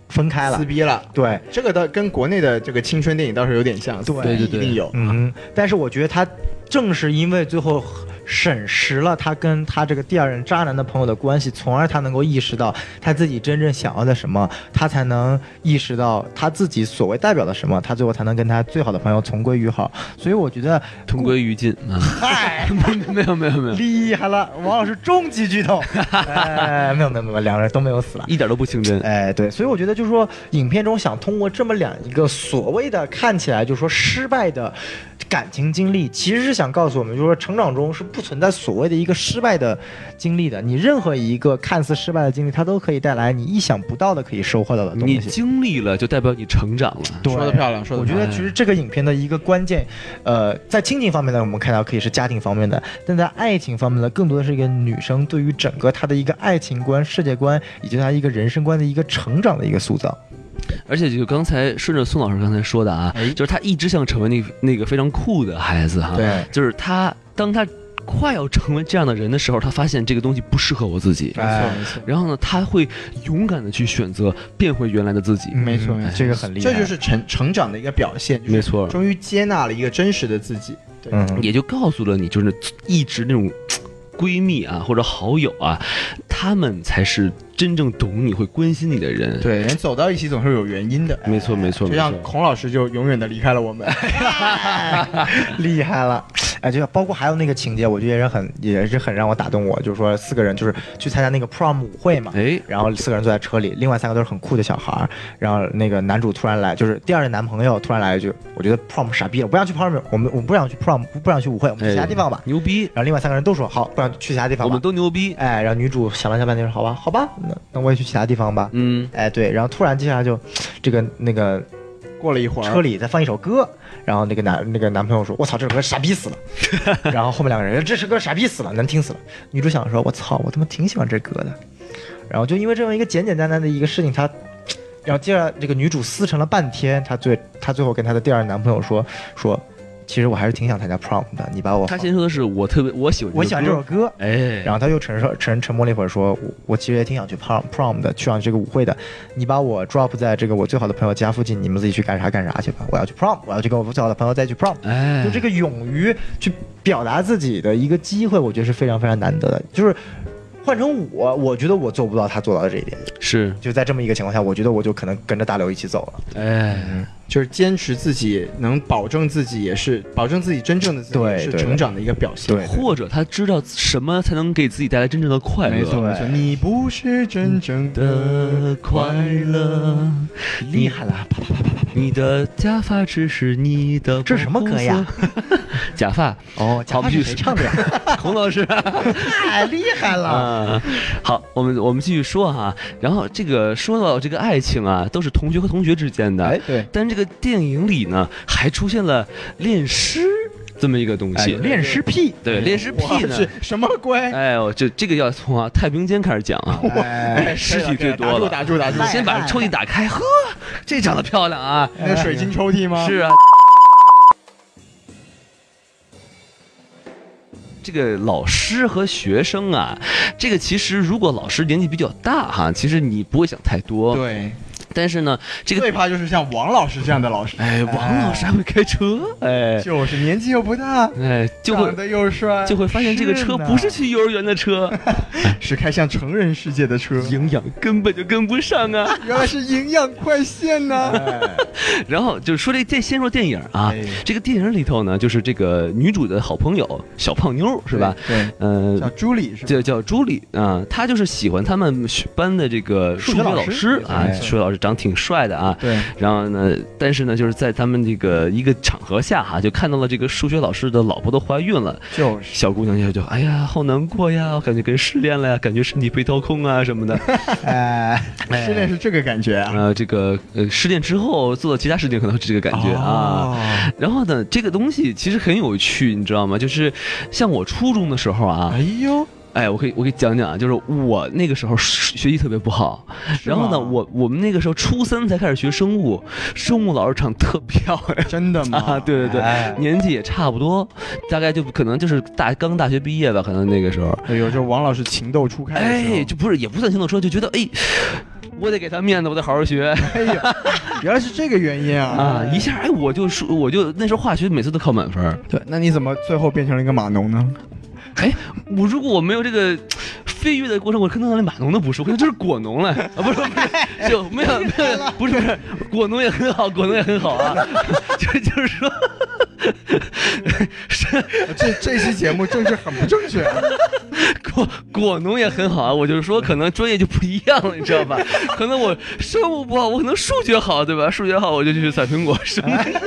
分开了， 撕逼了。 对， 这个跟国内的这个青春电影倒是有点像。 对， 一定有。 但是我觉得他正是因为最后审视了他跟他这个第二任渣男的朋友的关系，从而他能够意识到他自己真正想要的什么，他才能意识到他自己所谓代表的什么，他最后才能跟他最好的朋友同归于好。所以我觉得同归于尽啊！没有， 厉害了，王老师终极剧透。没有，两个人都没有死了， 一点都不清真。 对，所以我觉得就是说，影片中想通过这么一个所谓的看起来就是说失败的感情经历，其实是想告诉我们，就是说成长中是不存在所谓的一个失败的经历的。你任何一个看似失败的经历，它都可以带来你意想不到的可以收获到的东西。 你经历了，就代表你成长了。 说得漂亮，说得漂亮。 我觉得其实这个影片的一个关键，在亲情方面呢，我们看到可以是家庭方面的，但在爱情方面呢，更多的是一个女生对于整个她的一个爱情观、世界观以及她一个人生观的一个成长的一个塑造。 而且就刚才顺着宋老师刚才说的啊，就是他一直想成为那个非常酷的孩子哈。 对， 就是当他快要成为这样的人的时候，他发现这个东西不适合我自己。 没错。 然后呢，他会勇敢的去选择变回原来的自己。 没错， 这个很厉害。 这就是成长的一个表现。 没错， 终于接纳了一个真实的自己。对， 也就告诉了你，就是一直那种闺蜜啊或者好友啊，他们才是真正懂你会关心你的人。 对，人走到一起总是有原因的。 没错。 就像孔老师就永远的离开了我们。 厉害了。就包括还有那个情节，我觉得也是很让我打动我，就是说4个人就是去参加那个 prom 舞会嘛，然后4个人坐在车里，另外3个都是很酷的小孩，然后那个男主突然来，就是第二任男朋友突然来一句，我觉得 prom 傻逼了，不想去 prom， 我们不想去 prom， 不想去舞会，我们去其他地方吧。 牛逼。 然后另外3个人都说好，不想去其他地方吧， 我们都牛逼。 然后女主想了半天说好吧，那我也去其他地方吧。对，然后突然接下来就那个过了一会儿， 车里在放一首歌，然后那个男朋友说：“我操，这首歌傻逼死了。”然后后面2个人：“这首歌傻逼死了，难听死了。”女主想说：“我操，我他妈挺喜欢这歌的。”然后就因为这样一个简简单单的一个事情，然后接着这个女主撕成了半天，她最后跟她的第二男朋友说。其实我还是挺想参加 prom 的，你把我。 他先说的是我喜欢这首歌， 然后他又沉默了一会儿说，我其实也挺想去 prom 的，去上这个舞会的，你把我 drop 在这个我最好的朋友家附近，你们自己去干啥去吧，我要去 prom， 我要去跟我最好的朋友再去 prom，就这个勇于去表达自己的一个机会，我觉得是非常非常难得的，就是换成我觉得我做不到他做到的这一点， 是就在这么一个情况下，我觉得我就可能跟着大刘一起走了， 就是坚持自己，能保证自己，也是保证自己真正的自己，是成长的一个表现。 对， 或者他知道什么才能给自己带来真正的快乐。 没错，你不是真正的快乐， 厉害了！啪啪啪啪啪！ 你的假发只是你的， 这是什么歌呀？ 假发假发是谁唱的呀？ 孔老师， 太厉害了！ 好，我们继续说哈。然后说到这个爱情啊，都是同学和同学之间的， 对， 但这个电影里呢，还出现了恋尸这么一个东西， 恋尸癖。 对，恋尸癖呢是什么鬼？ 这个要从太平间开始讲啊，尸体最多了。 打住！ 先把抽屉打开，呵，这长得漂亮啊， 那水晶抽屉吗？ 是啊。这个老师和学生啊，这个其实如果老师年纪比较大哈，其实你不会想太多。 对。 但是呢，这个最怕就是像王老师这样的老师。 王老师还会开车， 就是年纪又不大，长得又帅， 就会发现这个车不是去幼儿园的车， 是开向成人世界的车， 营养根本就跟不上啊！ 原来是营养快线呢。 然后就说先说电影啊，这个电影里头呢，就是这个女主的好朋友小胖妞是吧？ 对，叫朱莉是吧？ 叫朱莉啊，她就是喜欢他们班的这个数学老师啊，数学老师长挺帅的啊。 对。 然后呢，但是呢，就是在他们这个一个场合下哈，就看到了这个数学老师的老婆都怀孕了， 就是小姑娘就哎呀，好难过呀，我感觉跟失恋了呀，感觉身体被掏空啊什么的。 失恋是这个感觉啊。 这个失恋之后做的其他事情可能是这个感觉啊。然后呢，这个东西其实很有趣，你知道吗？就是像我初中的时候啊，我可以讲讲啊，就是我那个时候学习特别不好，然后呢，我们那个时候初3才开始学生物，生物老师长特漂亮。 真的吗？ 对，年纪也差不多，大概就可能就是刚大学毕业吧，可能那个时候。 就王老师情窦初开。 就不是也不算情窦初开，就觉得我得给他面子，我得好好学。 哎呀，原来是这个原因啊！ 一下哎，我就那时候化学每次都考满分。 对，那你怎么最后变成了一个码农呢？ 哎，如果我没有这个飞跃的过程，我看到那码农的不是，我看这是果农了啊，不是，就没有，不是果农也很好，果农也很好啊，就是说， 这期节目政治很不正确， 果农也很好啊，我就是说可能专业就不一样了，你知道吧？可能我生物不好，我可能数学好，对吧？数学好我就去采苹果生。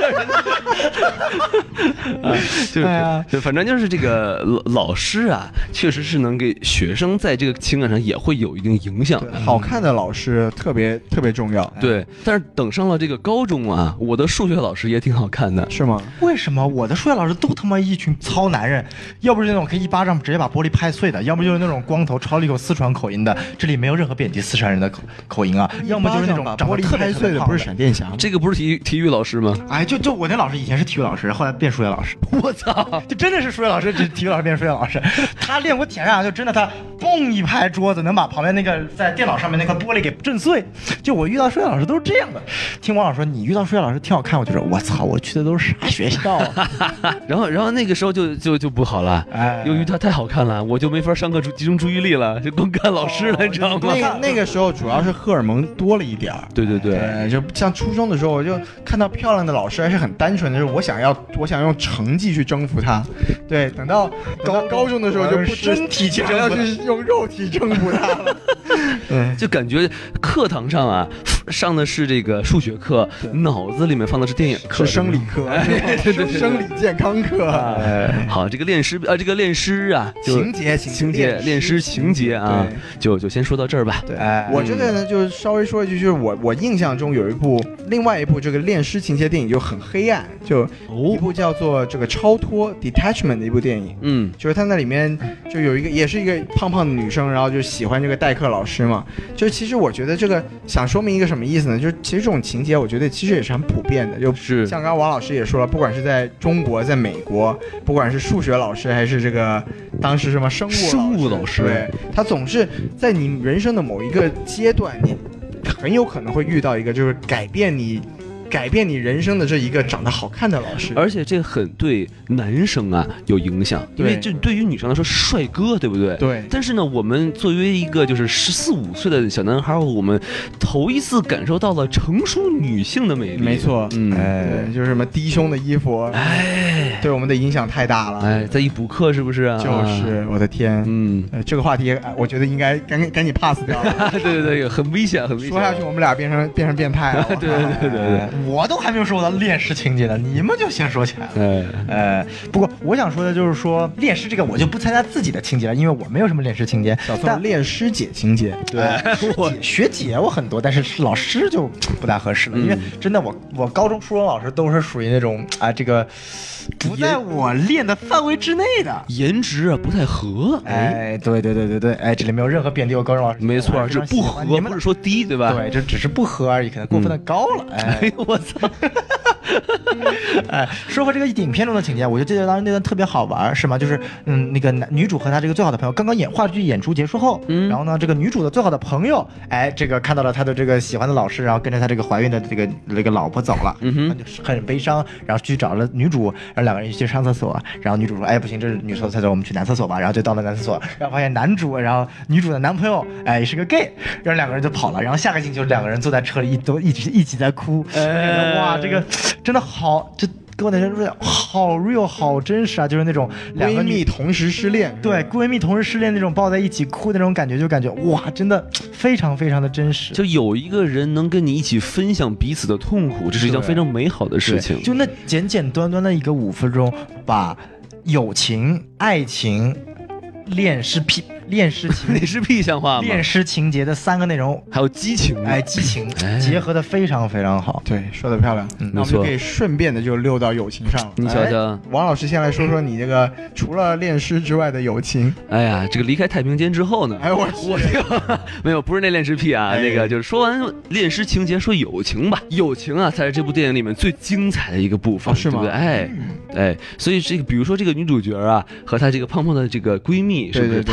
就反正就是这个老师啊，确实是能给学生在这个情感上也会有一定影响的。 好看的老师特别重要。 对，但是等上了这个高中啊，我的数学老师也挺好看的， 是吗？ 为什么我的数学老师都他妈一群糙男人？要不是那种可以一巴掌直接把玻璃拍碎的，要么就是那种光头抄了一口四川口音的，这里没有任何贬低四川人的口音啊，要么就是那种长得特别碎的，不是闪电侠， 这个不是体育老师吗？ 哎，就我那老师以前是体育老师，后来变数学老师。 我操， 就真的是数学老师，体育老师变数学老师。他练过铁上，就真的他嘣一拍桌子，能把旁边那个在电脑上面那块玻璃给震碎。就我遇到数学老师都是这样的。听王老师说你遇到数学老师挺好看，我就说我操，我去的都是啥学校啊？ 然后那个时候就不好了，由于他太好看了，我就没法上课集中注意力了，就光看老师了，你知道吗？ 那个时候主要是荷尔蒙多了一点儿。 对， 就像初中的时候，我就看到漂亮的老师还是很单纯的，就是我想用成绩去征服他。对，等到高中的时候就不身体去征服，要去用肉体征服他了。 就感觉课堂上啊上的是这个数学课，脑子里面放的是电影课， 是生理课，对，生理健康课。 好，这个练诗啊， 情节， 练诗情节啊，就先说到这儿吧。 对，我这个呢，就稍微说一句，就是我印象中有另外一部这个练诗情节电影就很黑暗，就一部叫做这个超脱 Detachment 的一部电影。就是它那里面就有一个也是一个胖胖的女生，然后就喜欢这个代课老师嘛。就其实我觉得这个想说明一个什么意思呢？就是其实这种情节，我觉得其实也是很普遍的。就是像刚刚王老师也说了，不管是在中国，在美国，不管是数学老师还是这个当时什么生物老师，对，他总是在你人生的某一个阶段，你很有可能会遇到一个就是改变你人生的这一个长得好看的老师， 而且这很对男生啊有影响，因为这对于女生来说是帅哥，对不对？ 对。 但是呢，我们作为一个就是14、15岁的小男孩，我们头一次感受到了成熟女性的美丽。 没错，就是什么低胸的衣服，对我们的影响太大了。 再一补课是不是啊？ 就是我的天，这个话题我觉得应该赶紧 pass 掉了。 对，很危险， 说下去我们俩变成变态了。 对。 我都还没有说我的恋诗情节呢，你们就先说起来了。不过我想说的就是说，恋诗这个我就不参加自己的情节了，因为我没有什么恋诗情节。 小宋恋诗姐情节， 对，学姐我很多，但是老师就不大合适了，因为真的我高中、初中老师都是属于那种这个不在我练的范围之内的， 颜值啊不太合。 对，这里没有任何贬低我高中老师， 没错，是不合，不是说低，对吧？ 对，这只是不合而已，可能过分的高了。 我操！ 说回这个影片中的情节，我就记得当时那段特别好玩，是吗？就是那个女主和她这个最好的朋友刚刚话剧演出结束后，然后呢，这个女主的最好的朋友，这个看到了她的这个喜欢的老师，然后跟着她这个怀孕的这个老婆走了，就很悲伤，然后去找了女主，然后两个人一起去上厕所，然后女主说，不行，这是女厕所，我们去男厕所吧，然后就到了男厕所，然后发现然后女主的男朋友也是个 gay， 然后两个人就跑了，然后下个镜就两个人坐在车里一起在哭，哇，这个真的好，这给我的人说好 real 好真实啊，就是那种两个闺蜜同时失恋， 对，闺蜜同时失恋那种抱在一起哭的那种感觉，就感觉哇，真的非常非常的真实。 就有一个人能跟你一起分享彼此的痛苦，这是一件非常美好的事情。 就那简简单单的一个5分钟，把友情、爱情、恋诗癖像话吗？恋诗情节的3个内容， 还有激情， 激情结合的非常非常好。 对，说的漂亮。那我们就可以顺便的就溜到友情上了。 你瞧瞧， 王老师先来说说你这个除了恋诗之外的友情。 哎呀，这个离开太平间之后呢，我这个没有，不是那恋诗癖啊，那个就是说完恋诗情节，说友情吧。友情啊，才是这部电影里面最精彩的一个部分， 是吗？ 对不对？所以这个比如说这个女主角啊，和她这个胖胖的这个闺蜜，是不是？她们之间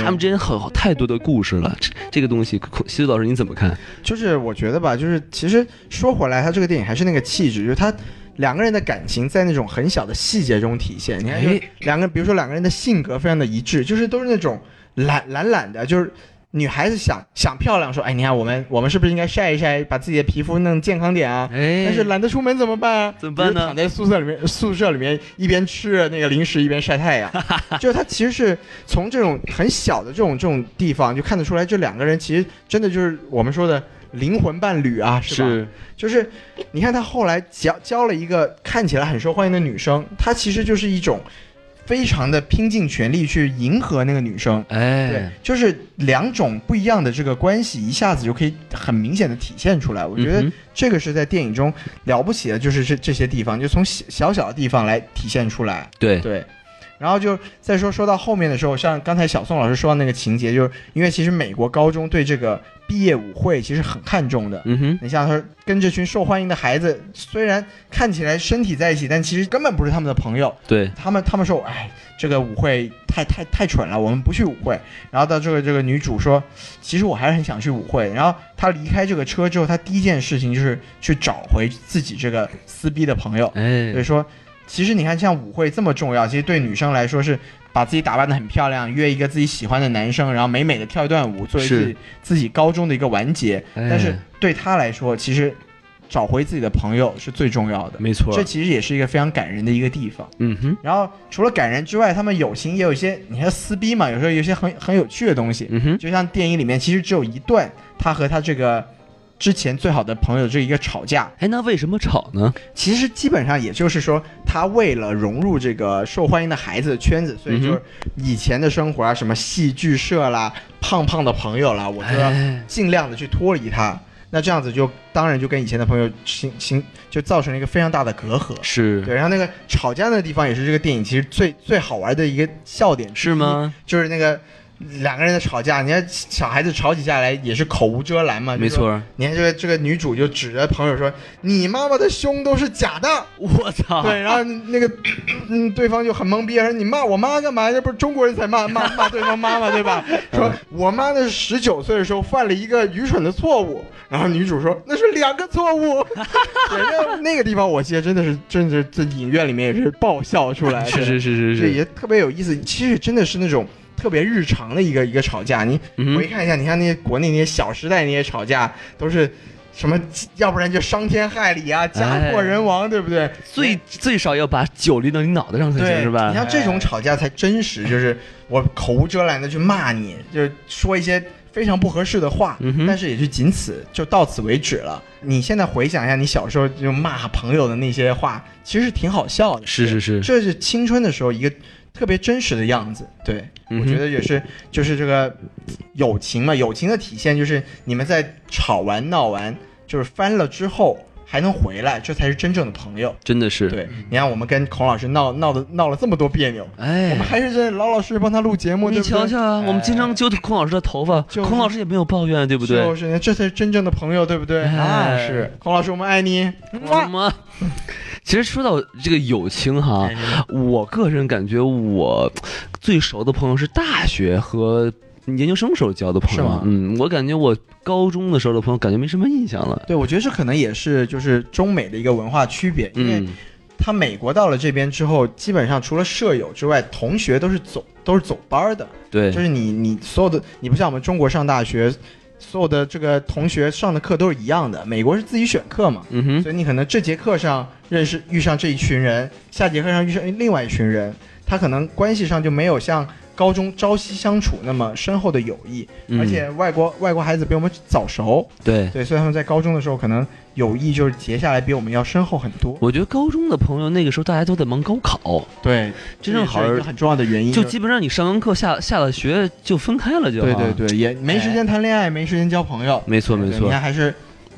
太多的故事了。这个东西，西子老师你怎么看？ 就是我觉得吧，就是其实说回来，他这个电影还是那个气质，就是他两个人的感情在那种很小的细节中体现。你看，就比如说两个人的性格非常的一致，就是都是那种懒的，就是女孩子想漂亮，说，哎，你看我们是不是应该晒一晒，把自己的皮肤弄健康点啊？但是懒得出门怎么办啊？ 怎么办呢？ 躺在宿舍里面一边吃那个零食一边晒太阳。就是他其实是从这种很小的这种地方就看得出来，这两个人其实真的就是我们说的灵魂伴侣啊，是吧？ 是， 就是你看他后来交了一个看起来很受欢迎的女生，他其实就是一种非常的拼尽全力去迎合那个女生。对，就是两种不一样的这个关系一下子就可以很明显的体现出来。我觉得这个是在电影中了不起的，就是这些地方就从小的地方来体现出来。对，然后就再说到后面的时候，像刚才小宋老师说到那个情节，就是因为其实美国高中对这个毕业舞会其实很看重的。你像他跟这群受欢迎的孩子，虽然看起来身体在一起，但其实根本不是他们的朋友。 对， 他们说，哎，这个舞会太蠢了，我们不去舞会。然后到这个女主说，其实我还是很想去舞会。然后她离开这个车之后，她第一件事情就是去找回自己这个撕逼的朋友。所以说其实你看像舞会这么重要，其实对女生来说是把自己打扮得很漂亮，约一个自己喜欢的男生，然后美美的跳一段舞，作为自己高中的一个完结。但是对她来说，其实找回自己的朋友是最重要的。 没错， 这其实也是一个非常感人的一个地方。然后除了感人之外，他们友情也有一些，你看撕逼嘛，有时候有些很有趣的东西。就像电影里面其实只有一段他和他这个之前最好的朋友这一个吵架。 那为什么吵呢？ 其实基本上也就是说，他为了融入这个受欢迎的孩子的圈子，所以就是以前的生活啊，什么戏剧社啦、胖的朋友啦，我都要尽量的去脱离他。那这样子当然就跟以前的朋友就造成了一个非常大的隔阂。 是对，然后那个吵架的地方也是这个电影其实最好玩的一个笑点。 是吗？ 就是那个两个人的吵架，你看小孩子吵起架来也是口无遮拦嘛。 没错， 你看这个女主就指着朋友说：“你妈妈的胸都是假的。” 我操！ 对，然后那个对方就很懵逼，说：“你骂我妈干嘛？这不是中国人才骂对方妈妈对吧？”说我妈那是19岁的时候犯了一个愚蠢的错误。然后女主说：“那是2个错误。”对，那个地方我记得真的是这影院里面也是爆笑出来。 是， 这也特别有意思。其实真的是那种特别日常的一个吵架。你回看一下，你看那些国内那些小时代那些吵架都是什么，要不然就伤天害理啊，家破人亡，对不对？ 最少要把酒淋到你脑袋上才行，是吧？ 你像这种吵架才真实，就是我口无遮拦的去骂你，就是说一些非常不合适的话，但是也就仅此就到此为止了。你现在回想一下，你小时候就骂朋友的那些话，其实是挺好笑的。 是， 这是青春的时候一个特别真实的样子。对，我觉得也是，就是这个友情嘛，友情的体现就是你们在吵完闹完，就是翻了之后还能回来，这才是真正的朋友。 真的是。 对，你看我们跟孔老师闹了这么多别扭，我们还是在老老实实帮他录节目。 你瞧瞧啊，我们经常揪孔老师的头发，孔老师也没有抱怨，对不对？ 就是这才是真正的朋友，对不对？是孔老师，我们爱你。 其实说到这个友情哈，我个人感觉我最熟的朋友是大学和研究生时候交的朋友。我感觉我高中的时候的朋友感觉没什么印象了。 对，我觉得这可能也是就是中美的一个文化区别，因为他美国到了这边之后，基本上除了舍友之外，同学都是走班的。 对， 就是你所有的，你不像我们中国上大学，所有的这个同学上的课都是一样的。美国是自己选课嘛，所以你可能这节课上遇上这一群人，下节课上遇上另外一群人，他可能关系上就没有像高中朝夕相处那么深厚的友谊。而且外国孩子比我们早熟。 对， 所以他们在高中的时候可能友谊就是结下来比我们要深厚很多。 我觉得高中的朋友那个时候大家都在忙高考。 对， 真正好一个很重要的原因， 就基本上你上完课下了学就分开了，就对，也没时间谈恋爱，没时间交朋友。 没错。 你看还是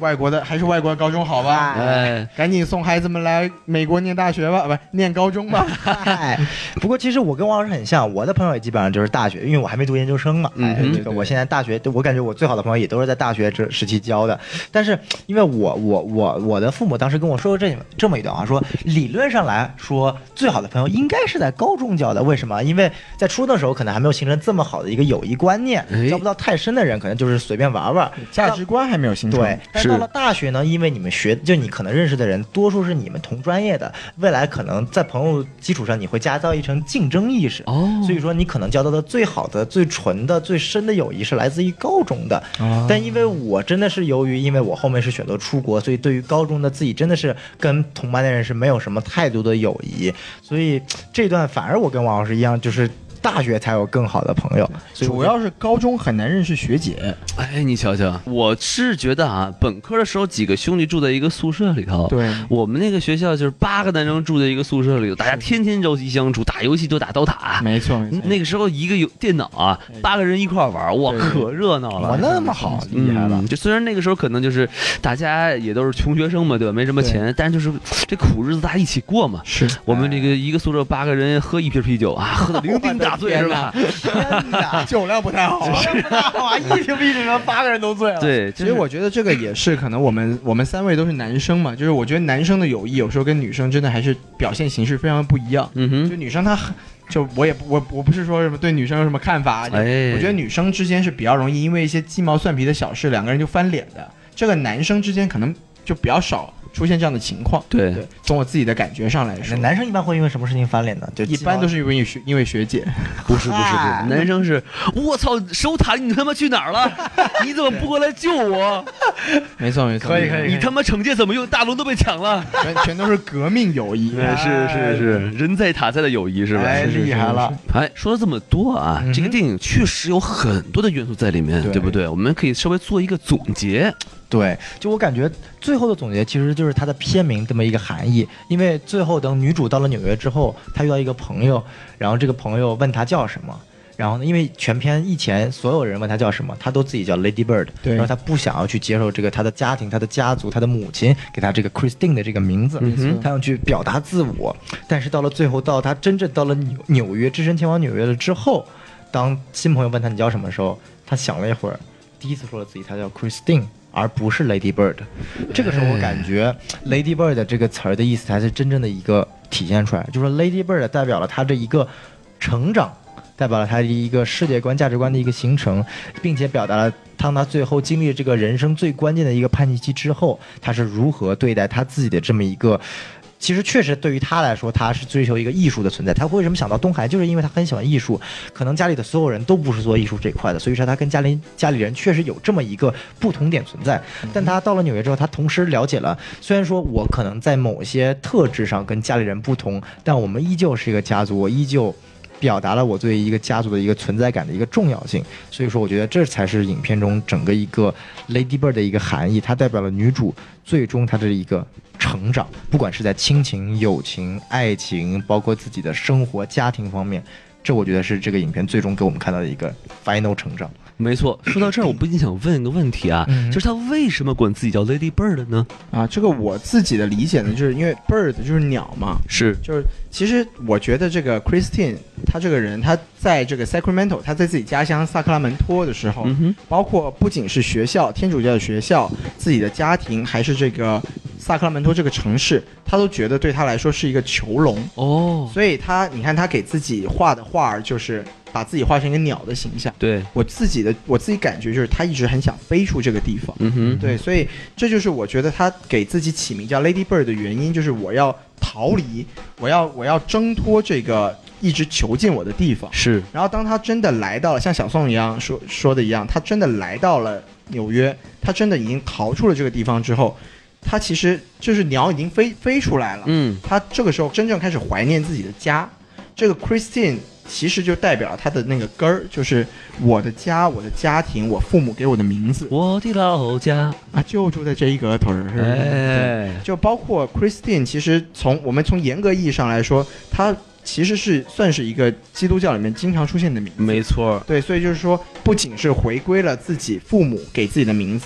外国的高中好吧？ 哎， 赶紧送孩子们来美国念大学吧，不念高中吧。 不过其实我跟王老师很像，我的朋友也基本上就是大学，因为我还没读研究生嘛。这个我现在大学，我感觉我最好的朋友也都是在大学这时期交的。但是因为我的父母当时跟我说过这么一段话，说理论上来说，最好的朋友应该是在高中交的。为什么？因为在初中的时候可能还没有形成这么好的一个友谊观念，交不到太深的人，可能就是随便玩玩， 价值观还没有形成。 对，但到了大学呢，因为你们就你可能认识的人多数是你们同专业的，未来可能在朋友基础上你会加造一层竞争意识。所以说你可能交到的最好的、最纯的、最深的友谊是来自于高中的。但因为我真的是因为我后面是选择出国，所以对于高中的自己真的是跟同班的人是没有什么太多的友谊，所以这段反而我跟王老师一样，就是大学才有更好的朋友， 主要是高中很难认识学姐。 哎，你瞧瞧，我是觉得啊，本科的时候几个兄弟住在一个宿舍里头， 对， 我们那个学校就是8个男生住在一个宿舍里头，大家天天朝夕相处，打游戏都打刀塔。 没错， 那个时候一个有电脑啊，8个人一块玩，哇，可热闹了。 哇，那么好，厉害了。 就虽然那个时候可能就是大家也都是穷学生嘛，对吧？没什么钱，但是就是这苦日子大家一起过嘛。 是我们这个一个宿舍8个人喝一瓶啤酒啊，喝的酩酊大醉是吧？ 天哪， 酒量不太好， 一瓶啤酒让8个人都醉了。 对， 其实我觉得这个也是可能我们3位都是男生嘛，就是我觉得男生的友谊有时候跟女生真的还是表现形式非常不一样。就女生她就我不是说什么对女生有什么看法，我觉得女生之间是比较容易因为一些鸡毛蒜皮的小事两个人就翻脸的，这个男生之间可能就比较少出现这样的情况。 对， 从我自己的感觉上来说， 男生一般会因为什么事情翻脸呢？就一般都是因为学姐。 不是，男生是我操，守塔你他妈去哪儿了？你怎么不过来救我？ 没错， 可以， 你他妈惩戒怎么用？大龙都被抢了， 全都是革命友谊。 是人在塔在的友谊是吧？ 哎，厉害了！ 哎，说了这么多啊，这个电影确实有很多的元素在里面，对不对？我们可以稍微做一个总结。 对，就我感觉最后的总结其实就是它的片名这么一个含义，因为最后等女主到了纽约之后，她遇到一个朋友，然后这个朋友问她叫什么，然后呢，因为全片以前所有人问她叫什么，她都自己叫 Lady Bird， 然后她不想要去接受这个她的家庭、她的家族、她的母亲给她这个 Christine 的这个名字，她想去表达自我，但是到了最后，到她真正到了纽约，只身前往纽约了之后，当新朋友问她你叫什么的时候，她想了一会儿，第一次说了自己她叫 Christine。而不是 Lady Bird， 这个时候我感觉 Lady Bird 这个词儿的意思才是真正的一个体现出来，就是说 Lady Bird 代表了他这一个成长，代表了他的一个世界观、价值观的一个形成，并且表达了当他最后经历这个人生最关键的一个叛逆期之后，他是如何对待他自己的这么一个。其实确实对于他来说，他是追求一个艺术的存在。他为什么想到东海，就是因为他很喜欢艺术，可能家里的所有人都不是做艺术这一块的，所以说他跟家里人确实有这么一个不同点存在。但他到了纽约之后，他同时了解了，虽然说我可能在某些特质上跟家里人不同，但我们依旧是一个家族，我依旧表达了我对一个家族的一个存在感的一个重要性。所以说我觉得这才是影片中整个一个 Lady Bird 的一个含义，它代表了女主最终她的一个成长，不管是在亲情、友情、爱情，包括自己的生活、家庭方面，这我觉得是这个影片最终给我们看到的一个 final 成长。 没错，说到这儿，我不禁想问一个问题啊，就是他为什么管自己叫 Lady Bird 呢？ 啊，这个我自己的理解呢，就是因为 bird 就是鸟嘛，就是其实我觉得这个 Christine 她这个人，她在这个 Sacramento， 她在自己家乡萨克拉门托的时候，包括不仅是学校，天主教的学校，自己的家庭，还是这个萨克拉门托这个城市，他都觉得对他来说是一个囚笼哦， 所以你看他给自己画的画就是把自己画成一个鸟的形象。 对， 我自己感觉就是他一直很想飞出这个地方。对，所以这就是我觉得他给自己起名叫 Lady Bird 的原因，就是我要逃离，我要挣脱这个一直囚禁我的地方。 是， 然后当他真的来到了，像小宋一样说的一样，他真的来到了纽约，他真的已经逃出了这个地方之后，他其实就是鸟已经飞出来了。他这个时候真正开始怀念自己的家。这个 Christine 其实就代表他的那个根儿，就是我的家，我的家庭，我父母给我的名字， 我的老家啊，就住在这一个屯儿。哎，就包括 Christine， 其实我们从严格意义上来说，他其实是算是一个基督教里面经常出现的名字。 没错， 对，所以就是说，不仅是回归了自己父母给自己的名字，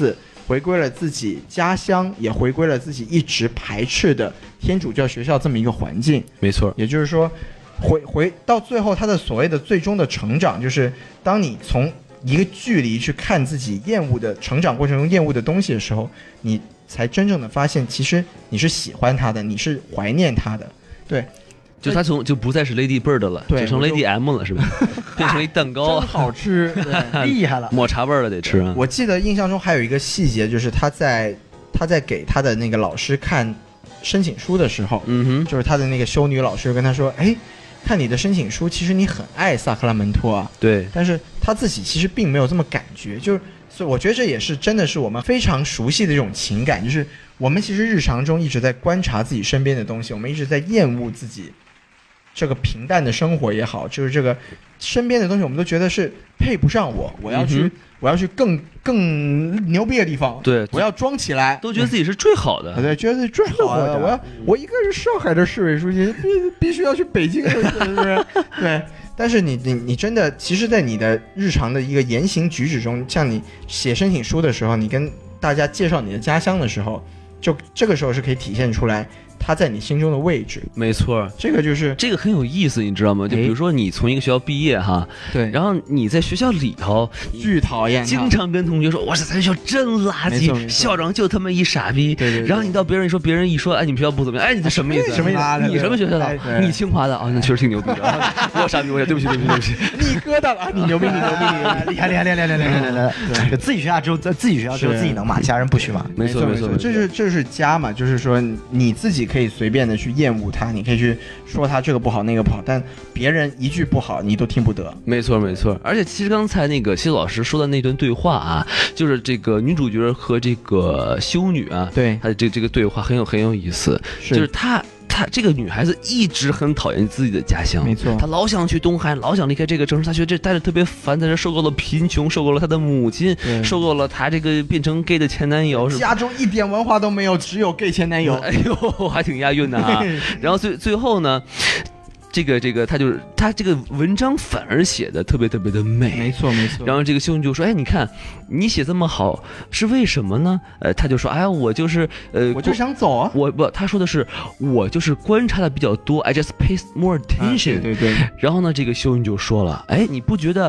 回归了自己家乡，也回归了自己一直排斥的天主教学校这么一个环境。 没错， 也就是说回到最后他的所谓的最终的成长，就是当你从一个距离去看自己厌恶的成长过程中厌恶的东西的时候，你才真正的发现其实你是喜欢他的，你是怀念他的。对， 就他就不再是 Lady Bird 了，就成 Lady M 了，是吧？变成一蛋糕， 真好吃， 厉害了， 抹茶味儿的得吃啊。 我记得印象中还有一个细节，就是他在给他的那个老师看申请书的时候，就是他的那个修女老师跟他说，哎，看你的申请书，其实你很爱萨克拉门托啊。 对， 但是他自己其实并没有这么感觉，所以我觉得这也是真的是我们非常熟悉的这种情感，就是我们其实日常中一直在观察自己身边的东西，我们一直在厌恶自己这个平淡的生活也好，就是这个身边的东西我们都觉得是配不上我要去更牛逼的地方， 对， 我要装起来， 都觉得自己是最好的， 对，觉得自己最好的，我一个是上海的市委书记，必须要去北京的，是不是？对。但是你真的，其实在你的日常的一个言行举止中，像你写申请书的时候，你跟大家介绍你的家乡的时候，就这个时候是可以体现出来他在你心中的位置。 没错， 这个很有意思，你知道吗？就比如说你从一个学校毕业哈， 对， 然后你在学校里头巨讨厌， 经常跟同学说，哇塞，咱学校真垃圾，校长就他妈一傻逼。 对， 然后你到别人一说，哎，你们学校不怎么样，哎，你这什么意思？ 什么意思？ 你什么学校的？你清华的啊？那确实挺牛逼的。我傻逼，对不起。 你疙瘩了，你牛逼， 厉害！对，自己学校只有自己能骂，其他人不许骂。 没错，这是家嘛，就是说你自己可以随便的去厌恶他，你可以去说他这个不好那个不好，但别人一句不好你都听不得。 没错，而且其实刚才那个西老师说的那段对话啊，就是这个女主角和这个修女啊， 对， 她的这个对话很有意思，就是她这个女孩子一直很讨厌自己的家乡， 没错， 她老想去东海，老想离开这个城市，她觉得这待着特别烦，在这受够了贫穷，受够了她的母亲，受够了她这个变成 gay 的前男友， 家中一点文化都没有，只有 gay 前男友。 哎呦，还挺押韵的啊。然后最后呢，这个他这个文章反而写的特别的美， 没错。 然后这个修女就说，哎，你看你写这么好是为什么呢？他就说，哎，我就是我就想走啊， 他说的是我就是观察的比较多 ，I just pay more attention。 对。 然后呢，这个修女就说了，哎，你不觉得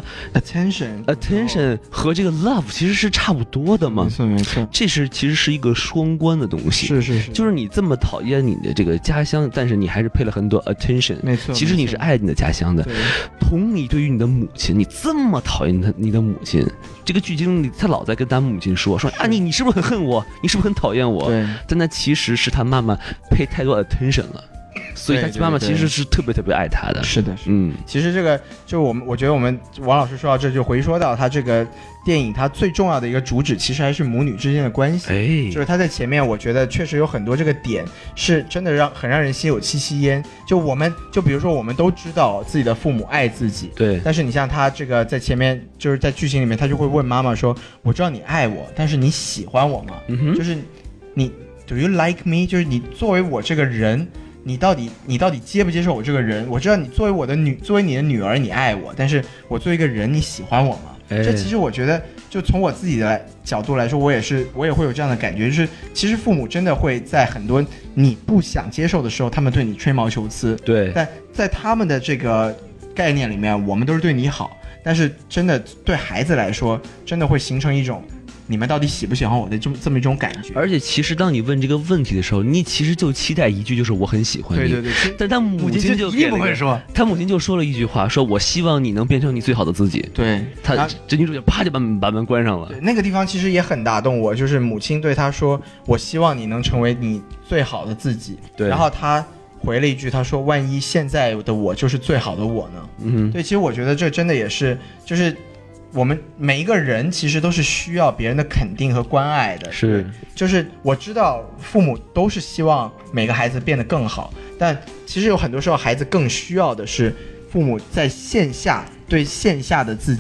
attention 和这个 love 其实是差不多的吗？ 没错， 这其实是一个双关的东西。 是， 就是你这么讨厌你的这个家乡，但是你还是配了很多 attention。 没错。 其实你是爱你的家乡的，同理对于你的母亲，你这么讨厌你的母亲，这个剧情里他老在跟他母亲说啊，你是不是很恨我？你是不是很讨厌我？ 对， 但那其实是他妈妈配太多 attention 了。所以他妈妈其实是特别爱他的。 是的，其实这个就我觉得我们王老师说到这就回说到他这个电影它最重要的一个主旨其实还是母女之间的关系。就是他在前面我觉得确实有很多这个点是真的很让人心有戚戚焉。就比如说我们都知道自己的父母爱自己， 对， 但是你像他这个在前面就是在剧情里面他就会问妈妈说，我知道你爱我，但是你喜欢我吗？就是你 Do you like me？ 就是你作为我这个人，你到底接不接受我这个人？我知道你作为你的女儿，你爱我，但是我作为一个人，你喜欢我吗？这其实我觉得，就从我自己的角度来说，我也会有这样的感觉，就是其实父母真的会在很多你不想接受的时候，他们对你吹毛求疵。 对， 但在他们的这个概念里面，我们都是对你好，但是真的对孩子来说，真的会形成一种你们到底喜不喜欢我的这么一种感觉。 而且其实当你问这个问题的时候，你其实就期待一句，就是我很喜欢你。 对， 但他母亲就一不会说， 他母亲就说了一句话，说我希望你能变成你最好的自己。 对， 这女主角啪就把门关上了。 那个地方其实也很打动我，就是母亲对他说，我希望你能成为你最好的自己。 对， 然后他回了一句，他说万一现在的我就是最好的我呢？对，其实我觉得这真的也是就是我们每一个人其实都是需要别人的肯定和关爱的。 是， 就是我知道父母都是希望每个孩子变得更好，但其实有很多时候孩子更需要的是父母在线下对线下的自己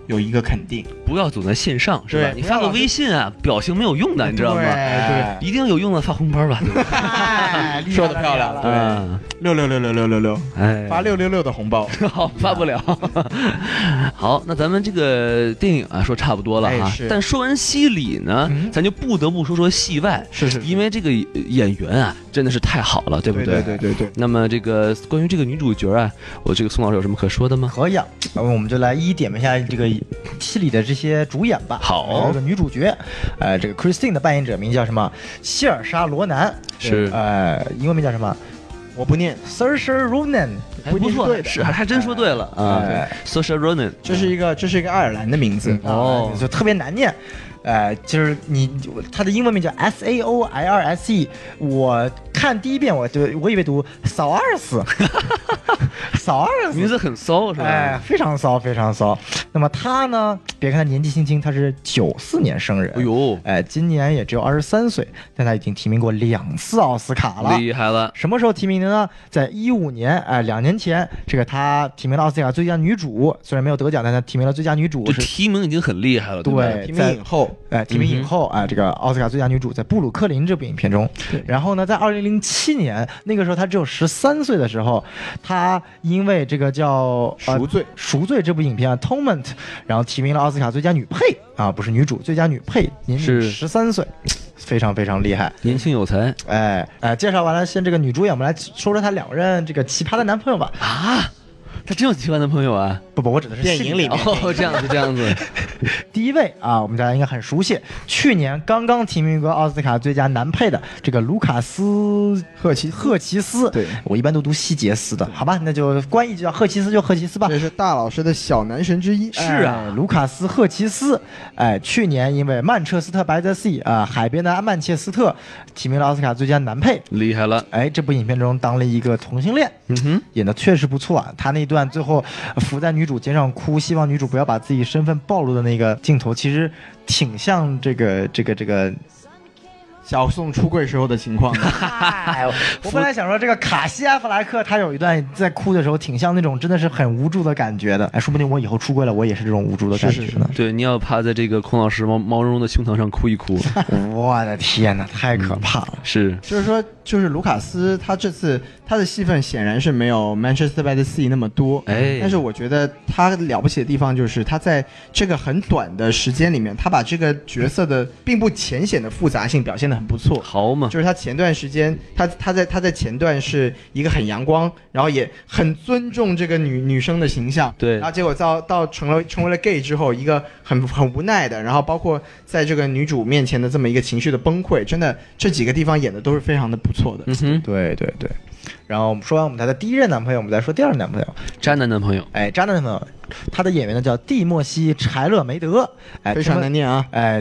有一个肯定， 不要总在线上，是吧？你发个微信啊，表情没有用的，你知道吗？ 对， 一定要有用的发红包吧。 说的漂亮，对，6666666，哎，发666的红包， 好，发不了。好，那咱们这个电影啊，说差不多了哈。但说完戏里呢，咱就不得不说戏外， 是， 因为这个演员啊，真的是太好了，对不对？ 对。 那么这个关于这个女主角啊，我这个宋老师有什么可说的吗？ 可以啊，我们就来一一点评一下这个戏里的这些主演吧。 好， 这个女主角，这个 Christine 的扮演者名叫什么？希尔莎·罗南， 是， 英文名叫什么？ 我不念 Saoirse Ronan， 不错，是还真说对了啊。Saoirse Ronan， 这是一个爱尔兰的名字就特别难念。就是它的英文名叫 Saoirse， 我看第一遍我以为读扫二斯，扫二斯名字很骚是吧？ 哎，非常骚，非常骚。那么他呢，别看他年纪轻轻，他是94年生人， 哎呦， 今年也只有23岁，但他已经提名过2次奥斯卡了， 厉害了。 什么时候提名的呢？在2015年，2年前，这个他提名了奥斯卡最佳女主，虽然没有得奖，但他提名了最佳女主， 这提名已经很厉害了， 对， 提名影后。 提名影后这个奥斯卡最佳女主在布鲁克林这部影片中。然后呢，在2007年，那个时候她只有13岁的时候，她因为这个叫赎罪这部影片Atonement，然后提名了奥斯卡最佳女配不是女主，最佳女配，年龄13岁。非常非常厉害， 年轻有才。 介绍完了，先这个女主演，我们来说说她2任这个奇葩的男朋友吧。 他真有奇葩男朋友啊？ 不，我指的是电影里面。 这样子。 第一位我们大家应该很熟悉，去年刚刚提名过奥斯卡最佳男配的这个卢卡斯赫奇斯。 对， 我一般都读希杰斯的，好吧，那就官译就叫赫奇斯，就赫奇斯吧。 这是大老师的小男神之一。 是卢卡斯赫奇斯，去年因为曼彻斯特 by the Sea 海边的曼彻斯特提名了奥斯卡最佳男配， 厉害了。 这部影片中当了一个同性恋，演的确实不错啊。他那段最后伏在女主肩上哭，希望女主不要把自己身份暴露的那个镜头，其实挺像这个小宋出柜时候的情况的。 我本来想说这个卡西阿弗莱克他有一段在哭的时候挺像那种真的是很无助的感觉的，说不定我以后出柜了我也是这种无助的感觉呢。 对，你要趴在这个孔老师毛茸茸的胸膛上哭一哭。 我的天哪，太可怕了。 是， 就是说就是卢卡斯他这次他的戏份显然是没有 Manchester by the Sea 那么多，但是我觉得他了不起的地方就是他在这个很短的时间里面，他把这个角色的并不浅显的复杂性表现得很不错。 好嘛， 就是他前段时间他在前段是一个很阳光，然后也很尊重这个女生的形象， 对， 然后结果到成为了 gay 之后，一个很无奈的，然后包括在这个女主面前的这么一个情绪的崩溃，真的这几个地方演的都是非常的不错的。 对。然后我们说完我们他的第一任男朋友，我们再说第二任男朋友， 渣男男朋友。 渣男男朋友，他的演员呢叫蒂莫西·柴勒梅德， 非常难念啊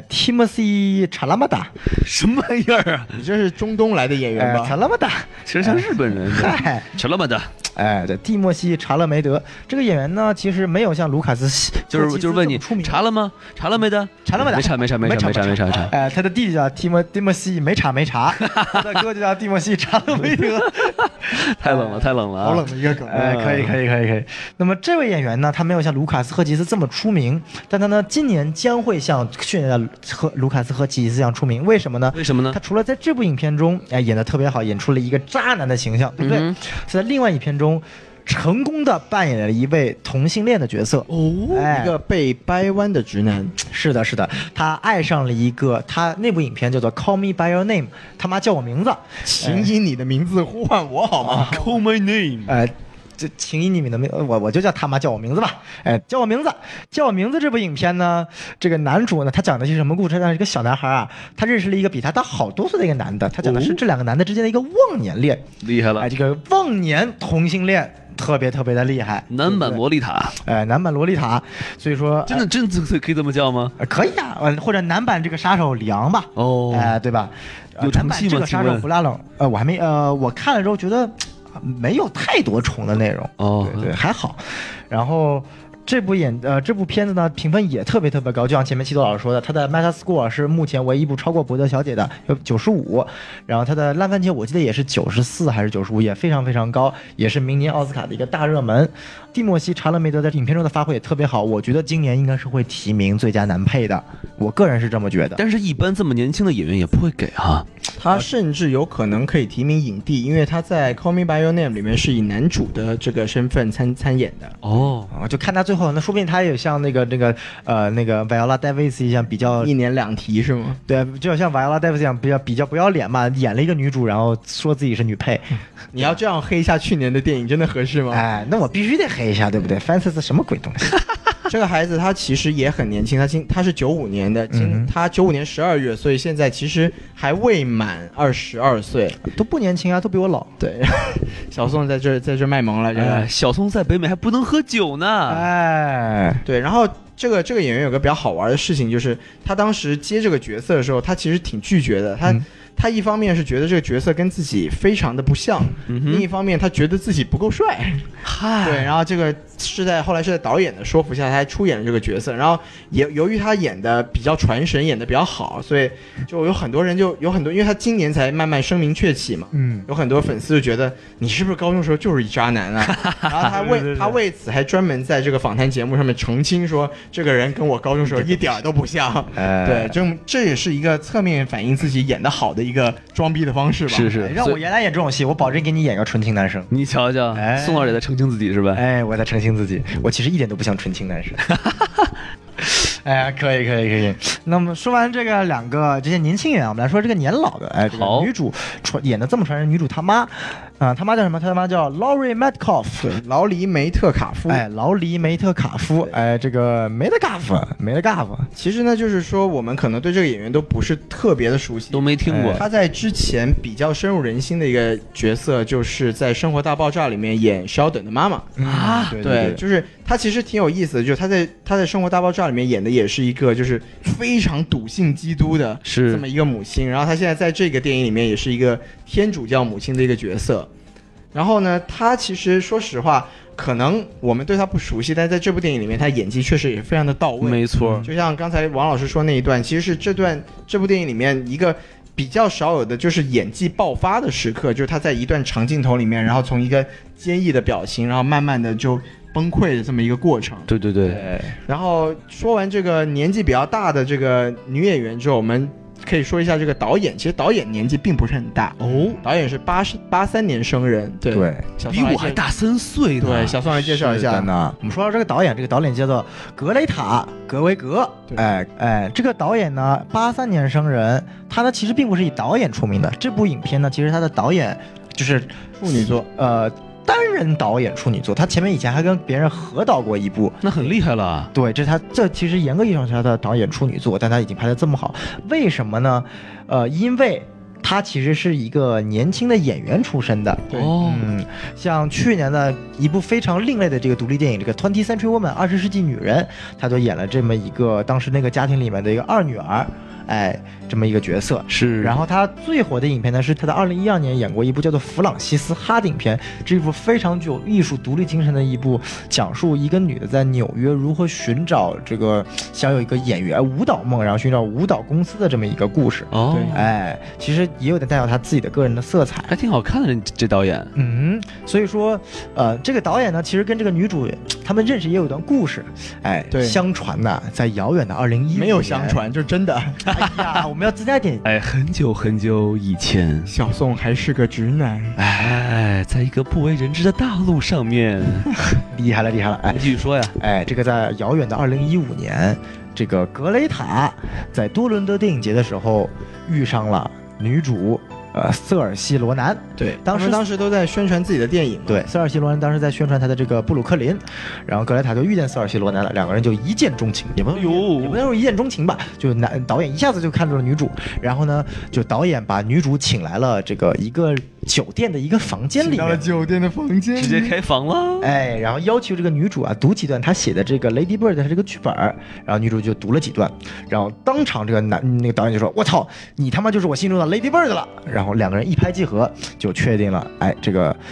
，Timothy Chalamet， 什么玩意儿啊？ 你这是中东来的演员吧 ？Chalamet， 其实像日本人。Chalamet， 对，蒂莫西·查勒梅德这个演员呢，其实没有像卢卡斯， 就是问你查了吗？查了没的？ 查了没的？ 没查。 他的弟弟叫蒂莫西没查，他的哥就叫蒂莫西·查勒梅德。 太冷了， 好冷的一个梗。 可以。那么这位演员呢，他没有像卢卡斯·赫奇斯这么出名，但他呢，今年将会像去年的卢卡斯·赫奇斯一样出名。为什么呢？他除了在这部影片中演得特别好，演出了一个渣男的形象，对不对？在另外一片中成功的扮演了一位同性恋的角色一个被掰弯的直男。 是的，他爱上了一个，他那部影片叫做 Call Me By Your Name， 他妈叫我名字， 请以你的名字呼唤我好吗 ？Call My Name。 这请以你们的名，我就叫他妈叫我名字吧。叫我名字这部影片呢，这个男主呢，他讲的是什么故事？他是一个小男孩他认识了一个比他大好多岁的一个男的，他讲的是这两个男的之间的一个忘年恋。 厉害了， 这个忘年同性恋特别的厉害。 男版洛丽塔， 男版洛丽塔，所以说真可以这么叫吗？ 可以啊，或者男版这个杀手里昂吧。对吧？ 有成戏吗？ 这个杀手弗拉冷，我还没我看了之后觉得没有太多重的内容对，还好。然后这部片子呢，评分也特别高，就像前面七多老师说的，它的 Metascore 是目前唯一一部超过《伯德小姐》的，有95，然后它的烂番茄我记得也是94还是95，也非常高，也是明年奥斯卡的一个大热门。 蒂莫西·查勒梅德在影片中的发挥也特别好，我觉得今年应该是会提名最佳男配的，我个人是这么觉得。 但是，一般这么年轻的演员也不会给啊。 他甚至有可能可以提名影帝，因为他在《Call Me by Your Name》里面是以男主的这个身份参演的。 哦， 就看他最后，那说不定他也像那个Viola Davis 一样，比较 1年2提是吗？ 对，就像 Viola Davis 一样，比较不要脸嘛，演了一个女主，然后说自己是女配。 你要这样黑一下去年的电影，真的合适吗？ 哎，那我必须得黑一下，对不对？Francis 什么鬼东西？ 这个孩子他其实也很年轻，他是95年的，他95年12月，所以现在其实还未满22岁， 都不年轻啊，都比我老。 对，小宋在这卖萌了，这个小宋在北美还不能喝酒呢。 哎， 对，然后这个演员有个比较好玩的事情，就是他当时接这个角色的时候，他其实挺拒绝的，他一方面是觉得这个角色跟自己非常的不像，另一方面他觉得自己不够帅，对，然后这个后来是在导演的说服下，他还出演了这个角色，然后也由于他演的比较传神，演的比较好，所以就有很多人因为他今年才慢慢声名鹊起嘛，有很多粉丝就觉得你是不是高中时候就是一渣男啊？然后他为此还专门在这个访谈节目上面澄清说，这个人跟我高中时候一点都不像，对，这也是一个侧面反映自己演得好的一个装逼的方式吧。 是， 让我原来演这种戏，我保证给你演个纯情男生。 你瞧瞧，宋老也在澄清自己是吧？ 哎，我在澄清自己，我其实一点都不像纯情男生。哎呀，可以。那么说完这些年轻人，我们来说这个年老的，这个女主演的这么传神，女主她妈，她妈叫什么？她妈叫 Laurie Metcalf， 对，劳里梅特卡夫。 劳里梅特卡夫，这个梅特卡夫。 其实呢，就是说我们可能对这个演员都不是特别的熟悉， 都没听过。 他在之前比较深入人心的一个角色，就是在《生活大爆炸》里面演Sheldon的妈妈啊， 对，就是他其实挺有意思的，就是他在《生活大爆炸》里面演的也是一个就是非常笃信基督的这么一个母亲，然后他现在在这个电影里面也是一个天主教母亲的一个角色。然后呢，他其实说实话，可能我们对他不熟悉，但在这部电影里面，他演技确实也非常的到位。 没错， 就像刚才王老师说那一段，其实是这部电影里面一个比较少有的就是演技爆发的时刻，就是他在一段长镜头里面，然后从一个坚毅的表情，然后慢慢的就崩溃的这么一个过程。 对。 然后说完这个年纪比较大的这个女演员之后，我们可以说一下这个导演，其实导演年纪并不是很大哦，导演是83年生人，对， 比我还大3岁呢。 对，小宋来介绍一下呢。我们说到这个导演叫做格雷塔·格维格，这个导演呢83年生人，他呢其实并不是以导演出名的，这部影片呢其实他的导演就是处女作， 单人导演处女作，他前面以前还跟别人合导过一部， 那很厉害了。 对，这其实严格意义上是他的导演处女作，但他已经拍得这么好，为什么呢？因为他其实是一个年轻的演员出身的。 对， 像去年的一部非常另类的这个独立电影，这个 20th Century Woman 20世纪女人，他就演了这么一个当时那个家庭里面的一个二女儿。这么一个角色是， 然后他最火的影片呢，是他在2012年演过一部叫做《弗朗西斯哈顶片》，这部非常具有艺术独立精神的一部，讲述一个女的在纽约如何寻找想有一个演员舞蹈梦，然后寻找舞蹈公司的这么一个故事。 哦， 对，其实也有点带有他自己的个人的色彩， 还挺好看的这导演。 所以说，这个导演呢，其实跟这个女主他们认识也有一段故事。对，相传呢，在遥远的2015年， 没有相传，就真的。 哎呀，我们要增加点。 很久很久以前， 小宋还是个直男。 在一个不为人知的大陆上面， 厉害了。 你继续说呀。 这个在遥远的2015年，这个格雷塔在多伦多电影节的时候遇上了女主。瑟尔西·罗南， 对，当时都在宣传自己的电影。 对，瑟尔西·罗南当时在宣传他的这个布鲁克林，然后格雷塔就遇见瑟尔西·罗南了，两个人就一见钟情，也不能说一见钟情吧，就导演一下子就看中了女主，然后呢，就导演把女主请来了这个一个酒店的一个房间里面， 到了酒店的房间， 直接开房了。 然后要求这个女主读几段她写的这个 Lady Bird 的这个剧本，然后女主就读了几段，然后当场这个那个导演就说：“我操，你他妈就是我心中的 Lady Bird 了。”然后两个人一拍即合，就确定了，这个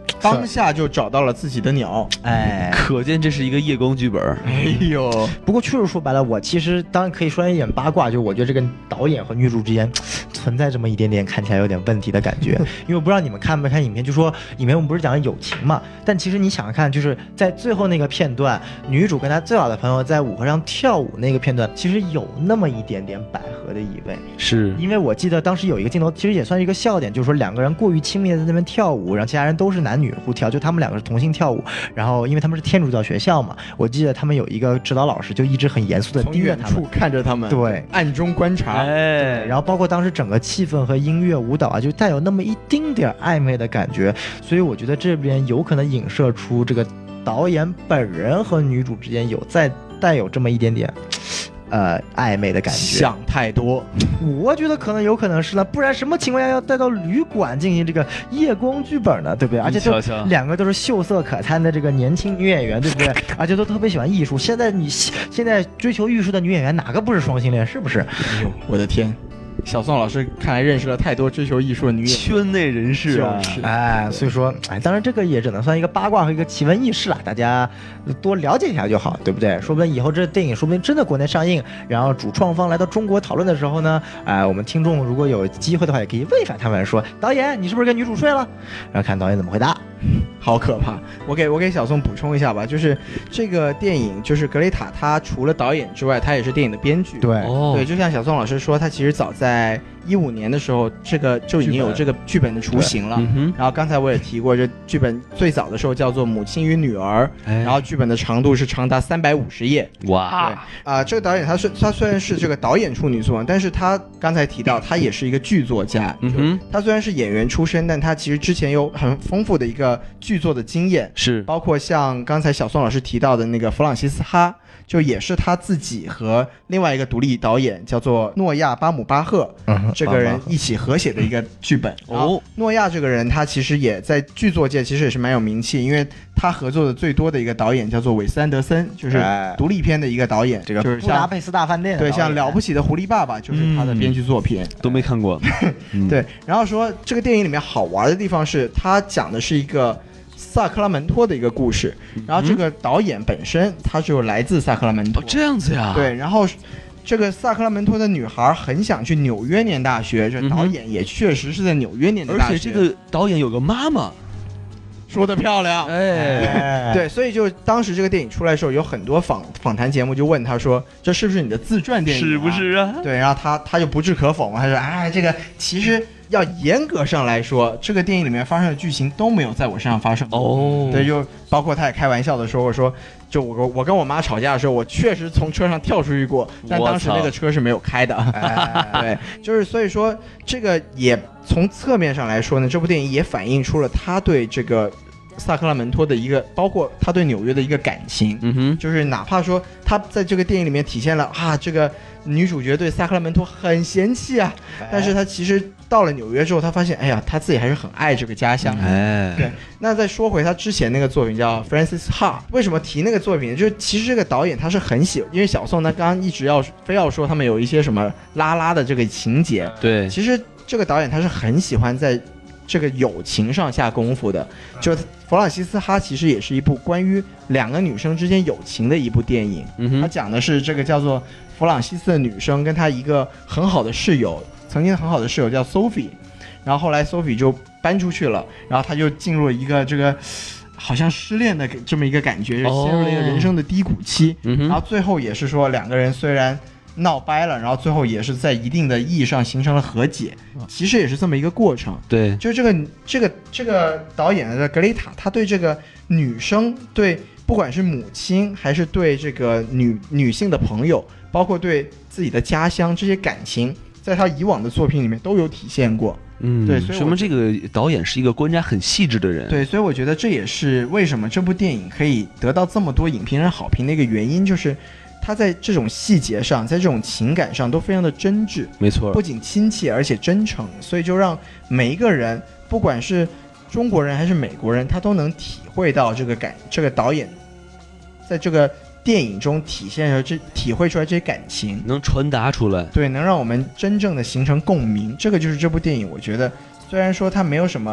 当下就找到了自己的鸟。 哎， 可见这是一个夜光剧本。 哎呦， 不过确实说白了，我其实当然可以说一点八卦，就我觉得这个导演和女主之间存在这么一点点看起来有点问题的感觉。因为我不知道你们看没看影片，就说影片我们不是讲的友情嘛，但其实你想想看，就是在最后那个片段，女主跟她最好的朋友在舞会上跳舞那个片段，其实有那么一点点百合的意味。 是因为我记得当时有一个镜头，其实也算是一个笑点，就是说两个人过于亲密的在那边跳舞，然后其他人都是男女互跳，就他们两个是同性跳舞。然后因为他们是天主教学校嘛，我记得他们有一个指导老师就一直很严肃的盯着他们， 看着他们， 对， 暗中观察。 哎， 然后包括当时整个气氛和音乐舞蹈啊，就带有那么一丁点暧昧的感觉，所以我觉得这边有可能影射出这个导演本人和女主之间带有这么一点点暧昧的感觉。 想太多， 我觉得可能有可能是了，不然什么情况下要带到旅馆进行这个夜光剧本呢？对不对？而且都两个都是秀色可餐的这个年轻女演员，对不对？而且都特别喜欢艺术。现在追求艺术的女演员哪个不是双性恋？是不是？ 哎呦，我的天！小宋老师看来认识了太多追求艺术的女演员， 圈内人士啊， 哎，所以说，哎，当然这个也只能算一个八卦和一个奇闻异事了，大家多了解一下就好，对不对？说不定以后这电影说不定真的国内上映，然后主创方来到中国讨论的时候呢，我们听众如果有机会的话，也可以问一下他们说，导演你是不是跟女主睡了？然后看导演怎么回答。 好可怕！我给小宋补充一下吧，就是这个电影，就是格雷塔，他除了导演之外，他也是电影的编剧。 对， 对，就像小宋老师说，他其实早在2015年的时候，这个就已经有这个剧本的雏形了。然后刚才我也提过，这剧本最早的时候叫做《母亲与女儿》，然后剧本的长度是长达350页。 哇！ 对这个导演他虽然是这个导演处女作，但是他刚才提到他也是一个剧作家。他虽然是演员出身，但他其实之前有很丰富的一个剧作的经验， 是包括像刚才小宋老师提到的那个弗朗西斯哈，就也是他自己和另外一个独立导演叫做诺亚巴姆巴赫，这个人一起合写的一个剧本。诺亚这个人他其实也在剧作界其实也是蛮有名气，因为他合作的最多的一个导演叫做韦斯安德森，就是独立片的一个导演， 这个就是布达佩斯大饭店， 对，像了不起的狐狸爸爸就是他的编剧作品。 都没看过。 对，然后说这个电影里面好玩的地方是他讲的是一个萨克拉门托的一个故事，然后这个导演本身他就来自萨克拉门托。 这样子呀？ 对，然后这个萨克拉门托的女孩很想去纽约念大学，这导演也确实是在纽约念的大学， 而且这个导演有个妈妈。 说得漂亮，对，所以就当时这个电影出来的时候，有很多访谈节目就问他说，这是不是你的自传电影？ 是不是啊？ 对，然后他就不置可否嘛，他说，这个其实要严格上来说，这个电影里面发生的剧情都没有在我身上发生过。对，就包括他也开玩笑的说，就我跟我妈吵架的时候，我确实从车上跳出去过，但当时那个车是没有开的。对，就是所以说这个也从侧面上来说呢，这部电影也反映出了他对这个萨克拉门托的一个，包括他对纽约的一个感情。就是哪怕说他在这个电影里面体现了这个女主角对萨克拉门托很嫌弃啊，但是他其实到了纽约之后，他发现他自己还是很爱这个家乡。对。那再说回他之前那个作品叫 Francis Ha， 为什么提那个作品呢？就是其实这个导演他是很喜欢，因为小宋他刚刚一直非要说他们有一些什么拉的这个情节。 对， 其实这个导演他是很喜欢在这个友情上下功夫的。就弗朗西斯哈其实也是一部关于两个女生之间友情的一部电影。他讲的是这个叫做弗朗西斯的女生跟她一个很好的室友，曾经很好的室友叫 Sophie， 然后后来 Sophie 就搬出去了，然后她就进入了一个这个好像失恋的这么一个感觉，就陷入了一个人生的低谷期。然后最后也是说两个人虽然闹掰了，然后最后也是在一定的意义上形成了和解，其实也是这么一个过程。 对， 就这个导演的格雷塔，他对这个女生，对不管是母亲还是对这个女性的朋友，包括对自己的家乡这些感情，在他以往的作品里面都有体现过。对，所以说明这个导演是一个观察很细致的人。 对，所以我觉得这也是为什么这部电影可以得到这么多影评人好评的一个原因，就是他在这种细节上，在这种情感上都非常的真挚。 没错， 不仅亲切而且真诚，所以就让每一个人，不管是中国人还是美国人，他都能体会到这个导演在这个电影中体会出来这些感情， 能传达出来。 对，能让我们真正的形成共鸣。这个就是这部电影，我觉得虽然说它没有什么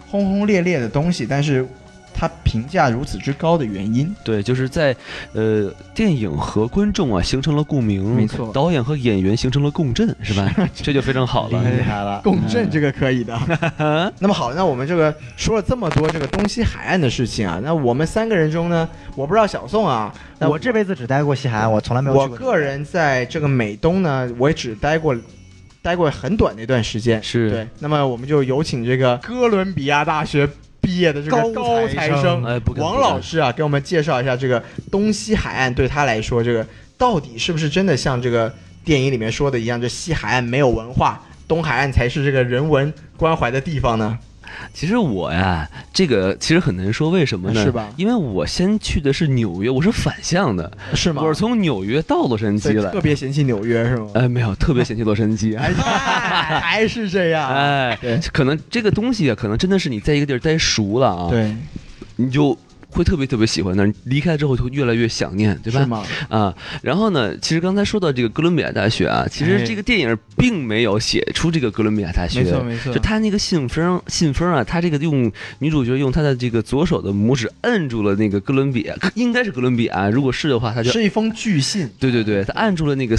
轰轰烈烈的东西，但是它评价如此之高的原因。 对，就是在电影和观众啊形成了共鸣， 没错， 导演和演员形成了共振，是吧？这就非常好了， 厉害了， 共振这个可以的。那么好，那我们这个说了这么多这个东西海岸的事情啊，那我们3个人中呢，我不知道小宋啊， 我这辈子只待过西海岸，我从来没有去过。 我个人在这个美东呢，我也只待过很短的一段时间。 是对，那么我们就有请这个哥伦比亚大学毕业的这个高材生王老师啊，给我们介绍一下这个东西海岸对他来说，这个到底是不是真的像这个电影里面说的一样，这西海岸没有文化，东海岸才是这个人文关怀的地方呢？ 其实我呀，这个其实很难说，为什么呢？ 是吧？ 因为我先去的是纽约，我是反向的， 是吗？ 我是从纽约到洛杉矶来， 特别嫌弃纽约是吗？ 没有，特别嫌弃洛杉矶。 还是这样。 可能这个东西啊，可能真的是你在一个地儿待熟了啊， 对， 你就会特别特别喜欢那儿，离开之后就会越来越想念，对吧？ 是吗？ 啊，然后呢，其实刚才说到这个哥伦比亚大学啊，其实这个电影并没有写出这个哥伦比亚大学， 没错没错， 就他那个信封啊，他这个女主角用他的这个左手的拇指按住了那个哥伦比亚，应该是哥伦比亚，如果是的话，他就是一封巨信。 对对对，他按住了那个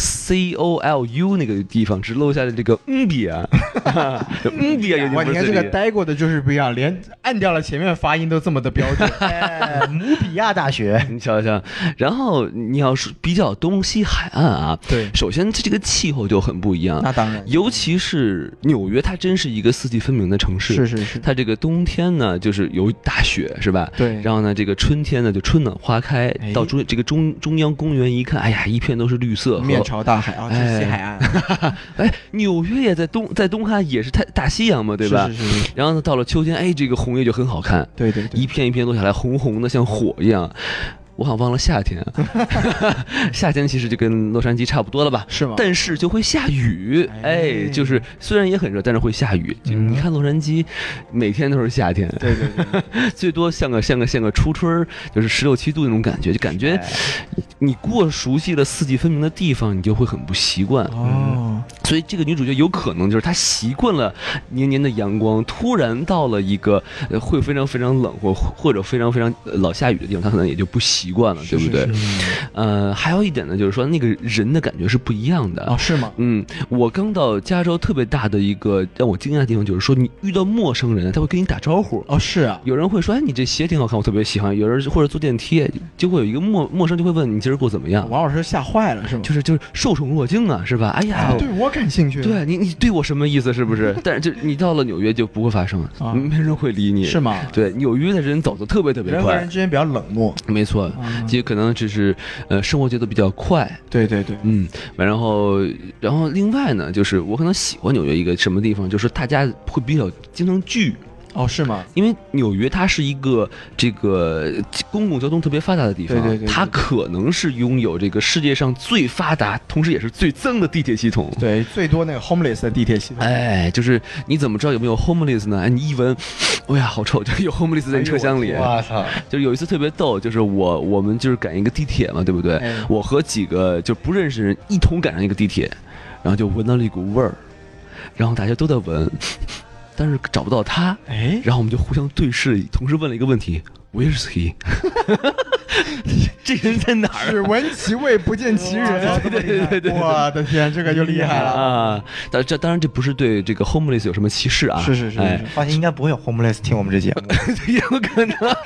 COLU 那个地方，只露下了这个比亚，比亚。 哇，你看这个待过的就是不一样，连按掉了前面发音都这么的标准。 姆比亚大学， 你瞧瞧，然后你要是比较东西海岸啊， 对， 首先这个气候就很不一样， 那当然， 尤其是纽约，它真是一个四季分明的城市， 是， 它这个冬天呢就是有大雪，是吧？ 对， 然后呢，这个春天呢就春暖花开，到这个中央公园一看，哎呀，一片都是绿色， 面朝大海啊，这是西海岸。 纽约也在东海也是大西洋嘛，对吧？ 是。 然后呢，到了秋天，这个红叶就很好看， 对， 一片一片落下来，红红的像火一样。我好像忘了夏天，夏天其实就跟洛杉矶差不多了吧？ 是吗？ 但是就会下雨，就是虽然也很热，但是会下雨。你看洛杉矶，每天都是夏天， 对， 最多像个初春，就是16、17度那种感觉，就感觉你过熟悉了四季分明的地方，你就会很不习惯。所以这个女主角有可能就是她习惯了黏黏的阳光，突然到了一个会非常非常冷或者非常非常老下雨的地方，她可能也就不习惯了，对不对？还有一点呢，就是说那个人的感觉是不一样的。 是吗？ 我刚到加州，特别大的一个让我惊讶的地方就是说，你遇到陌生人，他会跟你打招呼。 是啊， 有人会说，你这鞋挺好看，我特别喜欢。有人或者坐电梯，就会有一个陌生就会问你今儿过怎么样。 王老师吓坏了是吗？ 就是受宠若惊啊，是吧？哎呀， 对我感兴趣。 对你对我什么意思？是不是？但是就你到了纽约就不会发生，没人会理你， 是吗？ 对，纽约的人走得特别特别快， 人和人之间比较冷漠， 没错，就可能只是生活节奏比较快。 对， 然后另外呢，就是我可能喜欢纽约一个什么地方，就是大家会比较经常聚。 是吗？ 因为纽约它是一个这个公共交通特别发达的地方， 对， 它可能是拥有这个世界上最发达，同时也是最脏的地铁系统。 对，最多那个 homeless 的地铁系统。 就是你怎么知道有没有 homeless 呢？你一闻，哎呀，好臭，就有 homeless 在车厢里。 我操！ 就是有一次特别逗，就是我们就是赶一个地铁嘛，对不对？我和几个就不认识人一同赶上一个地铁，然后就闻到了一股味儿，然后大家都在闻。但是找不到他，然后我们就互相对视，同时问了一个问题 ：Where is he？ 这人在哪儿？ 只闻其味不见其人。 对， 我的天，这个就厉害了啊！当然这不是对这个 homeless 有什么歧视啊？ 是。 发现应该不会有 homeless 听我们这节目， 有可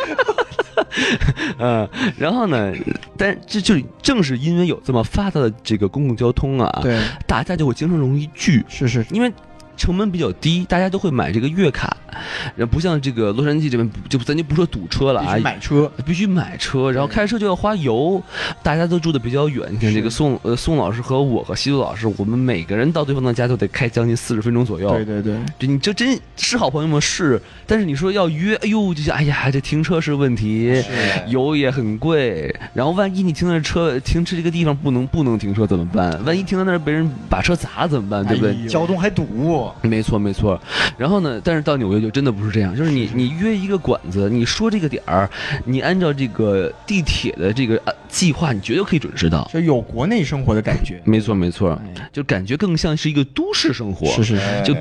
能。然后呢？但这就正是因为有这么发达的这个公共交通啊， 对， 大家就会经常容易聚。 是， 因为成本比较低，大家都会买这个月卡，然后不像这个洛杉矶这边咱就不说堵车了啊，必须买车，然后开车就要花油，大家都住的比较远。你看这个宋老师和我和西渡老师，我们每个人到对方的家都得开将近40分钟左右。 对， 你这真是好朋友吗？是，但是你说要约，就想，哎呀，这停车是问题，油也很贵，然后万一你停这个地方不能停车怎么办？万一停到那儿被人把车砸了怎么办？对不对？ 交通还堵。 没错。然后呢，但是到纽约就真的不是这样，就是你约一个馆子，你说这个点儿，你按照这个地铁的这个计划，你绝对可以准时到， 就有国内生活的感觉。 没错，就感觉更像是一个都市生活。 是， 就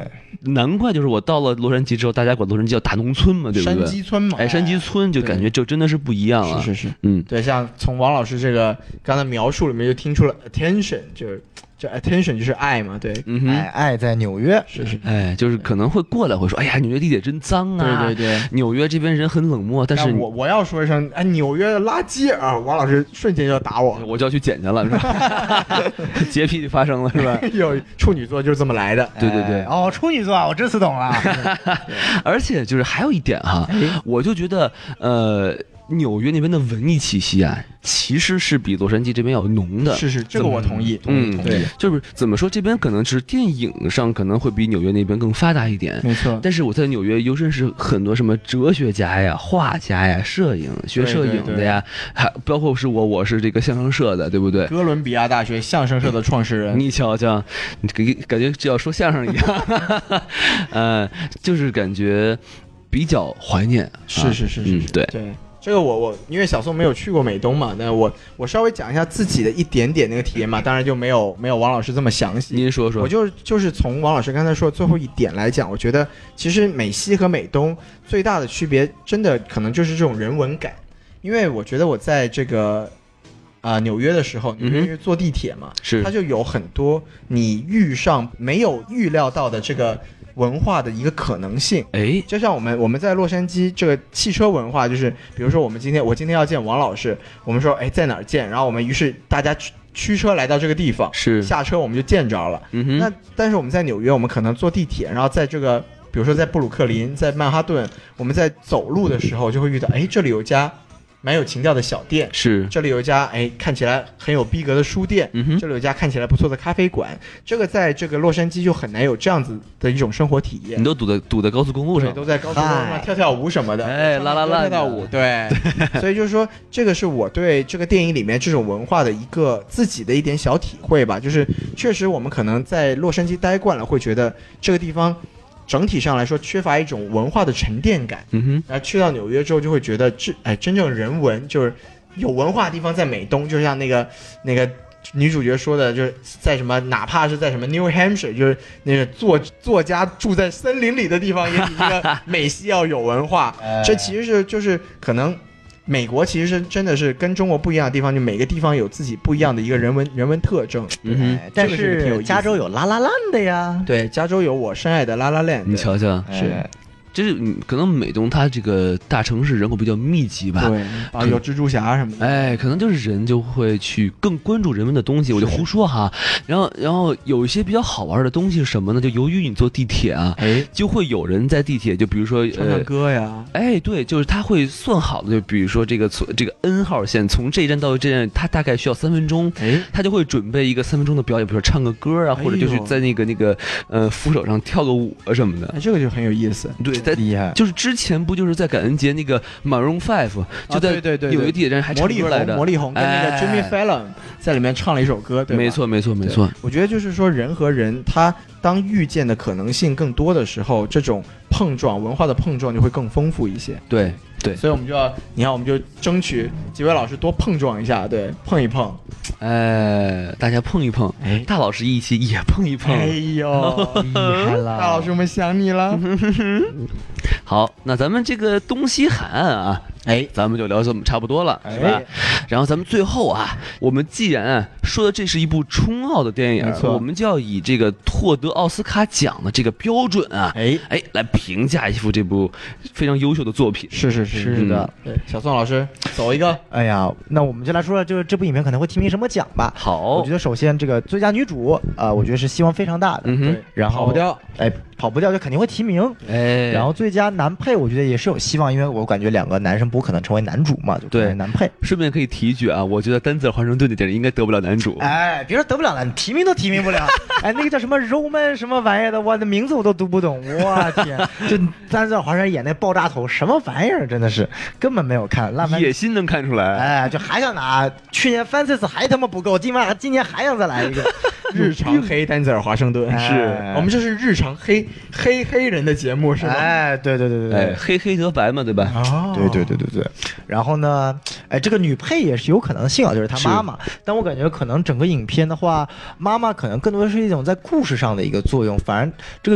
难怪就是我到了洛杉矶之后，大家管洛杉矶叫大农村嘛，对不对？ 山鸡村嘛， 山鸡村就感觉就真的是不一样了。 是，对，像从王老师这个刚才描述里面就听出了 attention， 就 attention 就是爱嘛，对， 爱在纽约， 是， 就是可能会过来会说，哎呀，纽约地铁真脏啊， 对， 纽约这边人很冷漠，但是我要说一声，哎，纽约的垃圾啊，王老师瞬间就要打我就要去捡去了，是吧？洁癖发生了，是吧？ 有处女座就是这么来的， 对， 哦，处女座，我这次懂了。 而且就是还有一点哈，我就觉得纽约那边的文艺气息啊，其实是比洛杉矶这边要浓的。 是，这个我同意。对， 就是怎么说，这边可能是电影上可能会比纽约那边更发达一点， 没错。 但是我在纽约又认识很多什么哲学家呀、画家呀、学摄影的呀，还包括我是这个相声社的，对不对？ 哥伦比亚大学相声社的创始人， 你瞧瞧，你感觉就要说相声一样，就是感觉比较怀念。 是， 对。 这个我因为小宋没有去过美东嘛，那我稍微讲一下自己的一点点那个体验嘛，当然就没有王老师这么详细。 您说说。 我就是从王老师刚才说的最后一点来讲，我觉得其实美西和美东最大的区别，真的可能就是这种人文感。因为我觉得我在这个纽约的时候，纽约坐地铁嘛，它就有很多你没有预料到的这个文化的一个可能性。就像我们在洛杉矶这个汽车文化，就是比如说我今天要见王老师，我们说在哪儿见，然后我们于是大家驱车来到这个地方，下车我们就见着了。那但是我们在纽约，我们可能坐地铁，然后在这个比如说在布鲁克林，在曼哈顿，我们在走路的时候就会遇到，这里有家蛮有情调的小店， 这里有一家看起来很有逼格的书店，这里有一家看起来不错的咖啡馆，这个在这个洛杉矶就很难有这样子的一种生活体验。 你都堵在高速公路上， 都在高速公路上跳舞什么的，拉跳舞，对。所以就是说，这个是我对这个电影里面这种文化的一个自己的一点小体会吧，就是确实我们可能在洛杉矶待惯了，会觉得这个地方整体上来说缺乏一种文化的沉淀感，然后去到纽约之后就会觉得真正人文就是有文化的地方在美东，就像那个女主角说的，就是在什么哪怕是在什么 New Hampshire， 就是那个作家住在森林里的地方，也比这个美西要有文化。这其实是就是可能美国其实是真的是跟中国不一样的地方，就每个地方有自己不一样的一个人文特征。 但是加州有La La Land的呀， 对，加州有我深爱的La La Land， 你瞧瞧， 是。 就是可能美东它这个大城市人口比较密集吧， 对有蜘蛛侠什么的， 可能就是人就会去更关注人文的东西，我就胡说哈。然后有一些比较好玩的东西是什么呢？就由于你坐地铁啊，就会有人在地铁，就比如说唱歌呀， 对，就是他会算好的，就比如说这个 N 号线从这一站到这一站，他大概需要3分钟，他就会准备一个3分钟的表演，比如说唱个歌啊，或者就是在那个扶手上跳个舞啊什么的， 这个就很有意思， 对。 厉害， 就是之前不就是在感恩节那个 Maroon 5就在纽约地铁站还唱歌来着， 魔力红跟那个 Jimmy Fallon 在里面唱了一首歌，对吧？ 没错。 我觉得就是说人和人他当遇见的可能性更多的时候，这种碰撞文化的碰撞就会更丰富一些。 对， 所以我们就要，你看，我们就争取几位老师多碰撞一下，对，碰一碰， 大家碰一碰，大老师一起也碰一碰， 厉害了，大老师我们想你了。 好，那咱们这个东西海岸啊，咱们就聊这么差不多了，是吧？然后咱们最后啊，我们既然说的这是一部冲奥的电影，我们就要以这个获得奥斯卡奖的这个标准啊，来评价一部这部非常优秀的作品。 是的，对，小宋老师走一个。 那我们就来说说，就是这部影片可能会提名什么奖吧。 好， 我觉得首先这个最佳女主我觉得是希望非常大的，然后跑不掉， 跑不掉就肯定会提名，然后最佳男配我觉得也是有希望，因为我感觉2个男生不可能成为男主嘛，就对男配。 顺便可以提一句啊，我觉得丹泽尔华盛顿的电影应该得不了男主。 别说得不了男，提名都提名不了。那个叫什么 Roman 什么玩意儿的，我的名字我都读不懂，我天！就丹泽尔华盛顿演那爆炸头什么玩意儿，真的是根本没有看。 野心能看出来， 就还想拿，去年Francis还他妈不够，今年还想再来一个。 日常黑丹泽尔华盛顿，是我们这是日常黑人的节目是吧？ 对， 黑得白嘛，对吧？ 对。然后呢，这个女配也是有可能性啊，就是她妈妈。但我感觉可能整个影片的话，妈妈可能更多的是一种在故事上的一个作用，反而这个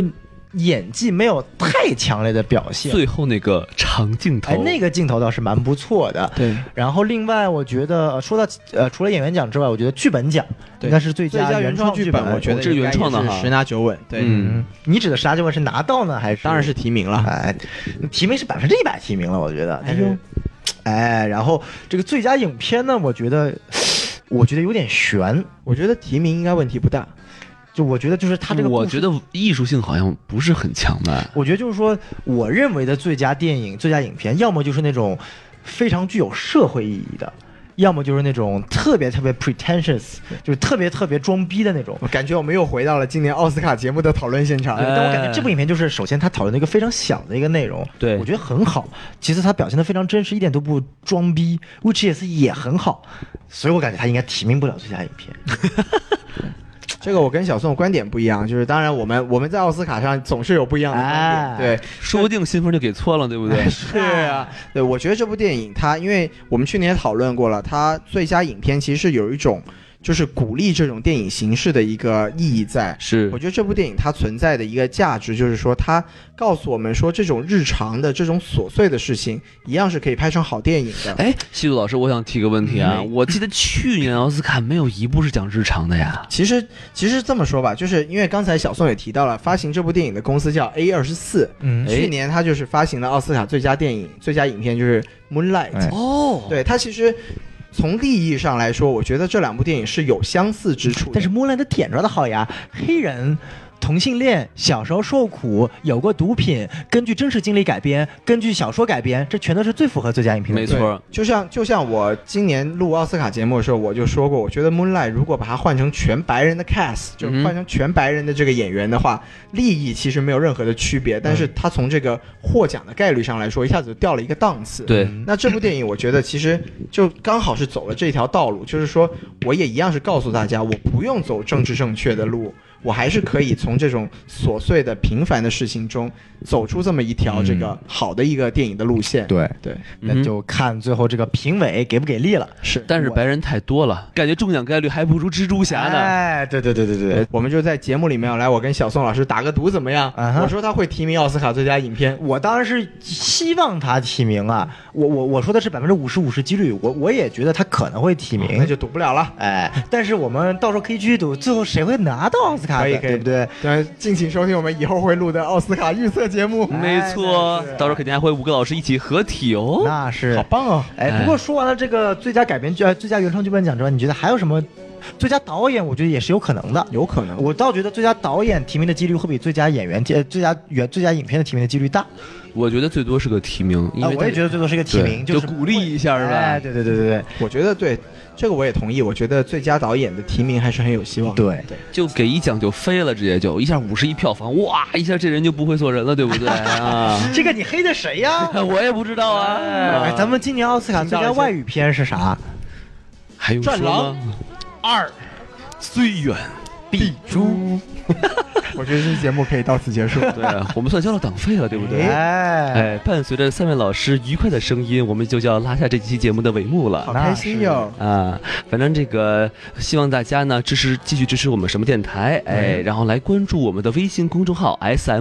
演技没有太强烈的表现。 最后那个长镜头， 那个镜头倒是蛮不错的。 对， 然后另外我觉得说到除了演员奖之外，我觉得剧本奖应该是最佳原创剧本，我觉得这是原创的哈 ，10拿9稳。对， 你指的10拿9稳是拿到呢还是？ 当然是提名了。 提名是100%提名了，我觉得。然后这个最佳影片呢，我觉得有点悬。 我觉得提名应该问题不大。 就我觉得就是他这个， 我觉得艺术性好像不是很强吧。 我觉得就是说，我认为的最佳电影、最佳影片，要么就是那种非常具有社会意义的，要么就是那种特别 pretentious， 就是特别装逼的那种。 我感觉我们又回到了今年奥斯卡节目的讨论现场。 但我感觉这部影片就是首先他讨论了一个非常小的一个内容， 对我觉得很好。其次他表现得非常真实，一点都不装逼 ，which 也很好。所以我感觉他应该提名不了最佳影片。 这个我跟小宋观点不一样，就是当然我们在奥斯卡上总是有不一样的观点，对， 说不定新分就给错了，对不对？ 是啊，对，我觉得这部电影它，因为我们去年也讨论过了，它最佳影片其实是有一种就是鼓励这种电影形式的一个意义在。 是， 我觉得这部电影它存在的一个价值，就是说它告诉我们说，这种日常的这种琐碎的事情，一样是可以拍成好电影的。 哎，西渡老师，我想提个问题啊，我记得去年奥斯卡没有一部是讲日常的呀。 其实这么说吧，就是因为刚才小宋也提到了，发行这部电影的公司叫 A24，去年它就是发行了奥斯卡最佳电影、最佳影片就是 Moonlight。 哦， 对，它其实。从利益上来说，我觉得这两部电影是有相似之处的。 但是木兰的点抓的好呀，黑人、同性恋、小时候受苦、有过毒品，根据真实经历改编，根据小说改编，这全都是最符合最佳影片的。 没错， 就像我今年录奥斯卡节目的时候，我就说过，我觉得 Moonlight 如果把它换成全白人的 cast， 就换成全白人的这个演员的话，利益其实没有任何的区别，但是它从这个获奖的概率上来说，一下子就掉了一个档次。 对， 那这部电影我觉得其实就刚好是走了这条道路，就是说我也一样是告诉大家，我不用走政治正确的路。我还是可以从这种琐碎的平凡的事情中走出这么一条这个好的一个电影的路线。 对， 那就看最后这个评委给不给力了。 是， 但是白人太多了，感觉中奖概率还不如蜘蛛侠呢。 哎，对， 我们就在节目里面来，我跟小宋老师打个赌怎么样？我说他会提名奥斯卡最佳影片， 我当然是希望他提名啊。我说的是50%几率，我也觉得他可能会提名， 那就赌不了了。 哎，但是我们到时候可以继续赌，最后谁会拿到奥斯卡？ 可以， 对不对？ 对，敬请收听我们以后会录的奥斯卡预测节目。 没错，到时候肯定还会5个老师一起合体哦。 那是好棒哦！ 哎，不过说完了这个最佳改编剧、最佳原创剧本奖之外，你觉得还有什么？最佳导演，我觉得也是有可能的， 有可能。 我倒觉得最佳导演提名的几率会比最佳演员、最佳影片的提名的几率大。 我觉得最多是个提名，因为我也觉得最多是个提名， 就鼓励一下，是吧？ 哎，对， 我觉得对这个我也同意。我觉得最佳导演的提名还是很有希望。 对， 就给一奖就飞了，直接就一下51票房，哇，一下这人就不会做人了，对不对啊？ 这个你黑的谁呀？ 我也不知道啊。 哎，咱们今年奥斯卡最佳外语片是啥？ 还有战狼 2， 虽远必诛。 我觉得这期节目可以到此结束。 对，我们算交了党费了，对不对？哎，伴随着3位老师愉快的声音，我们就要拉下这期节目的尾幕了。 好开心哟！ 啊，反正这个希望大家呢继续支持我们什么电台，哎，然后来关注我们的微信公众号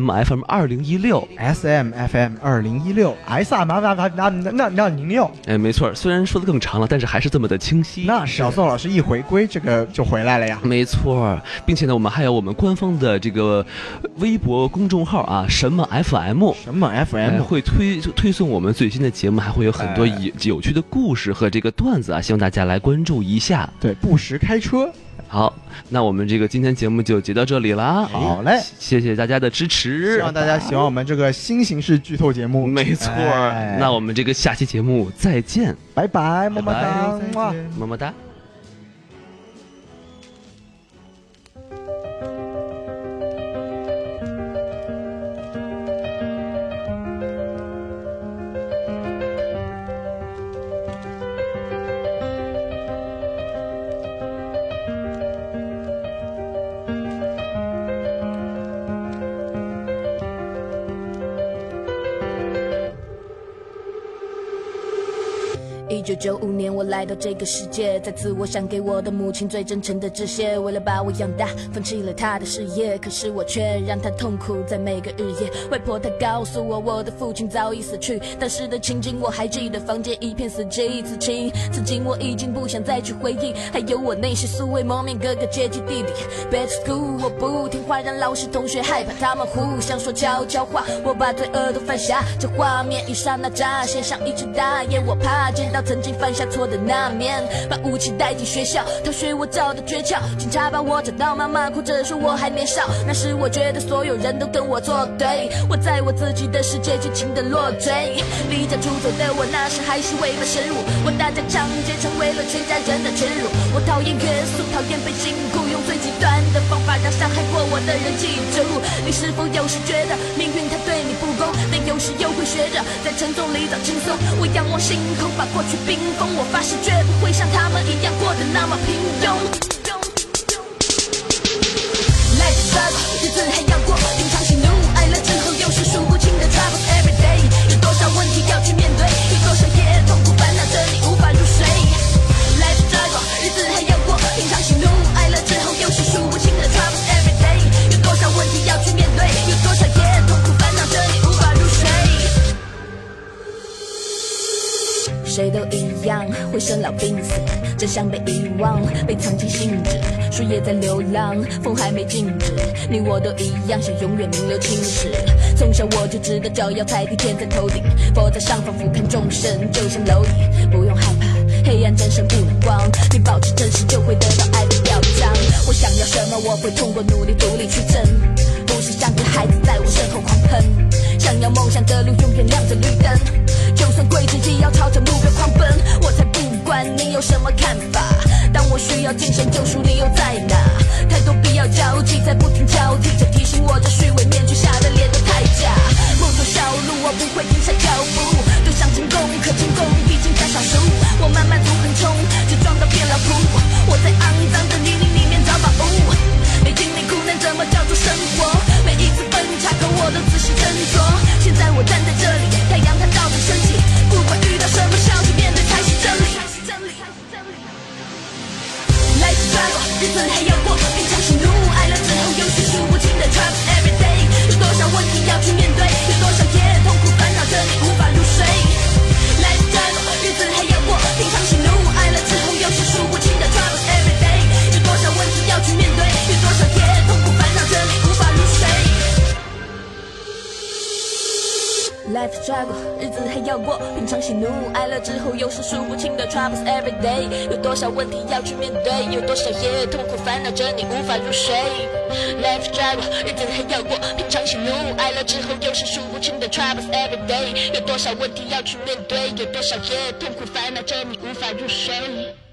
SMFM2016 SMFM2016 SMFM2016。 哎，没错，虽然说的更长了，但是还是这么的清晰。 那小宋老师一回归，这个就回来了呀。 没错，并且呢，我们还有我们官方的这个微博公众号啊，什么 FM 会推送我们最新的节目，还会有很多有趣的故事和这个段子啊，希望大家来关注一下。 对，不时开车。 好，那我们这个今天节目就截到这里啦。 好嘞， 谢谢大家的支持， 希望大家喜欢我们这个新形式剧透节目。 没错，那我们这个下期节目再见， 拜拜，么么哒， 么么哒。 1995年我来到这个世界，再次我想给我的母亲最真诚的致谢，为了把我养大放弃了她的事业，可是我却让她痛苦在每个日夜。外婆她告诉我，我的父亲早已死去，当时的情景我还记得，房间一片死寂，此情我已经不想再去回忆，还有我那些素未谋面哥哥姐姐弟弟。 Back to school 我不听话，让老师同学害怕，他们互相说悄悄话，我把罪恶都犯下，这画面一刹那乍现，像一场大雁，我怕见到曾经犯下错的那面，把武器带进学校，逃学我找到诀窍，警察把我找到，妈妈哭着说我还年少，那时我觉得所有人都跟我作对，我在我自己的世界尽情的落坠，离家出走的我那时还是违法深入，我大家长街成为了全家人的耻辱，我讨厌约束，讨厌被禁锢，用最极端的方法让伤害过我的人记住。你是否有时觉得命运它对你不公，但有时又会学着在沉重里找轻松，我仰望星空把过去冰封，我发誓绝不会像他们一样过得那么平庸。Life struggle 日子还要过，平常喜怒哀乐之后又是数不清的 troubles every day， 有多少问题要去面对，有多少夜痛苦烦恼着你无法入睡。Life struggle 日子还要过，平常喜怒哀乐之后又是数不清的 troubles every day， 有多少问题要去面对，有多少夜痛苦烦恼着你无法入睡。谁都一样会生老病死，真相被遗忘，被藏进信纸，树叶在流浪，风还没静止，你我都一样想永远名留青史。从小我就知道脚要踩地天在头顶，佛在上方俯瞰众生，就像蝼蚁，不用害怕黑暗战胜不能光，你保持真实就会得到爱的表彰。我想要什么我会通过努力独立去争，不是像个孩子在我身后狂喷，想要梦想的路永远亮着绿灯，就算跪着也要朝着目标狂奔，我才不管你有什么看法，当我需要精神救赎你又在哪，太多必要交集在不停交替着提醒我，这虚伪面具下的脸都太假，梦中小路我不会停下脚步，都想成功可成功毕竟在少数，我慢慢从横冲直撞到变老谱，我在肮脏的泥泞里面找宝物，没经历苦难怎么叫做生活，每一次分岔口我都仔细斟酌，现在我站在这里，太阳它照着升起，不管遇到什么消息面对才是真理。Life struggle 日子还要过，平常喜怒哀乐之后又是数不清的 troubles every day， 有多少问题要去面对，有多少夜痛苦烦恼着你无法入睡。Life struggle 日子还要过，平常喜怒哀乐之后又是数不清的 troubles every day， 有多少问题要去面对，有多少夜痛苦烦恼着你无法入睡。Life struggle 日子还要过，平常喜怒哀乐之后又是数不清的 troubles every day， 有多少问题要去面对，有多少夜痛苦烦恼着你无法入睡。Life struggle 日子还要过，平常喜怒哀乐之后又是数不清的 troubles every day， 有多少问题要去面对，有多少夜痛苦烦恼着你无法入睡。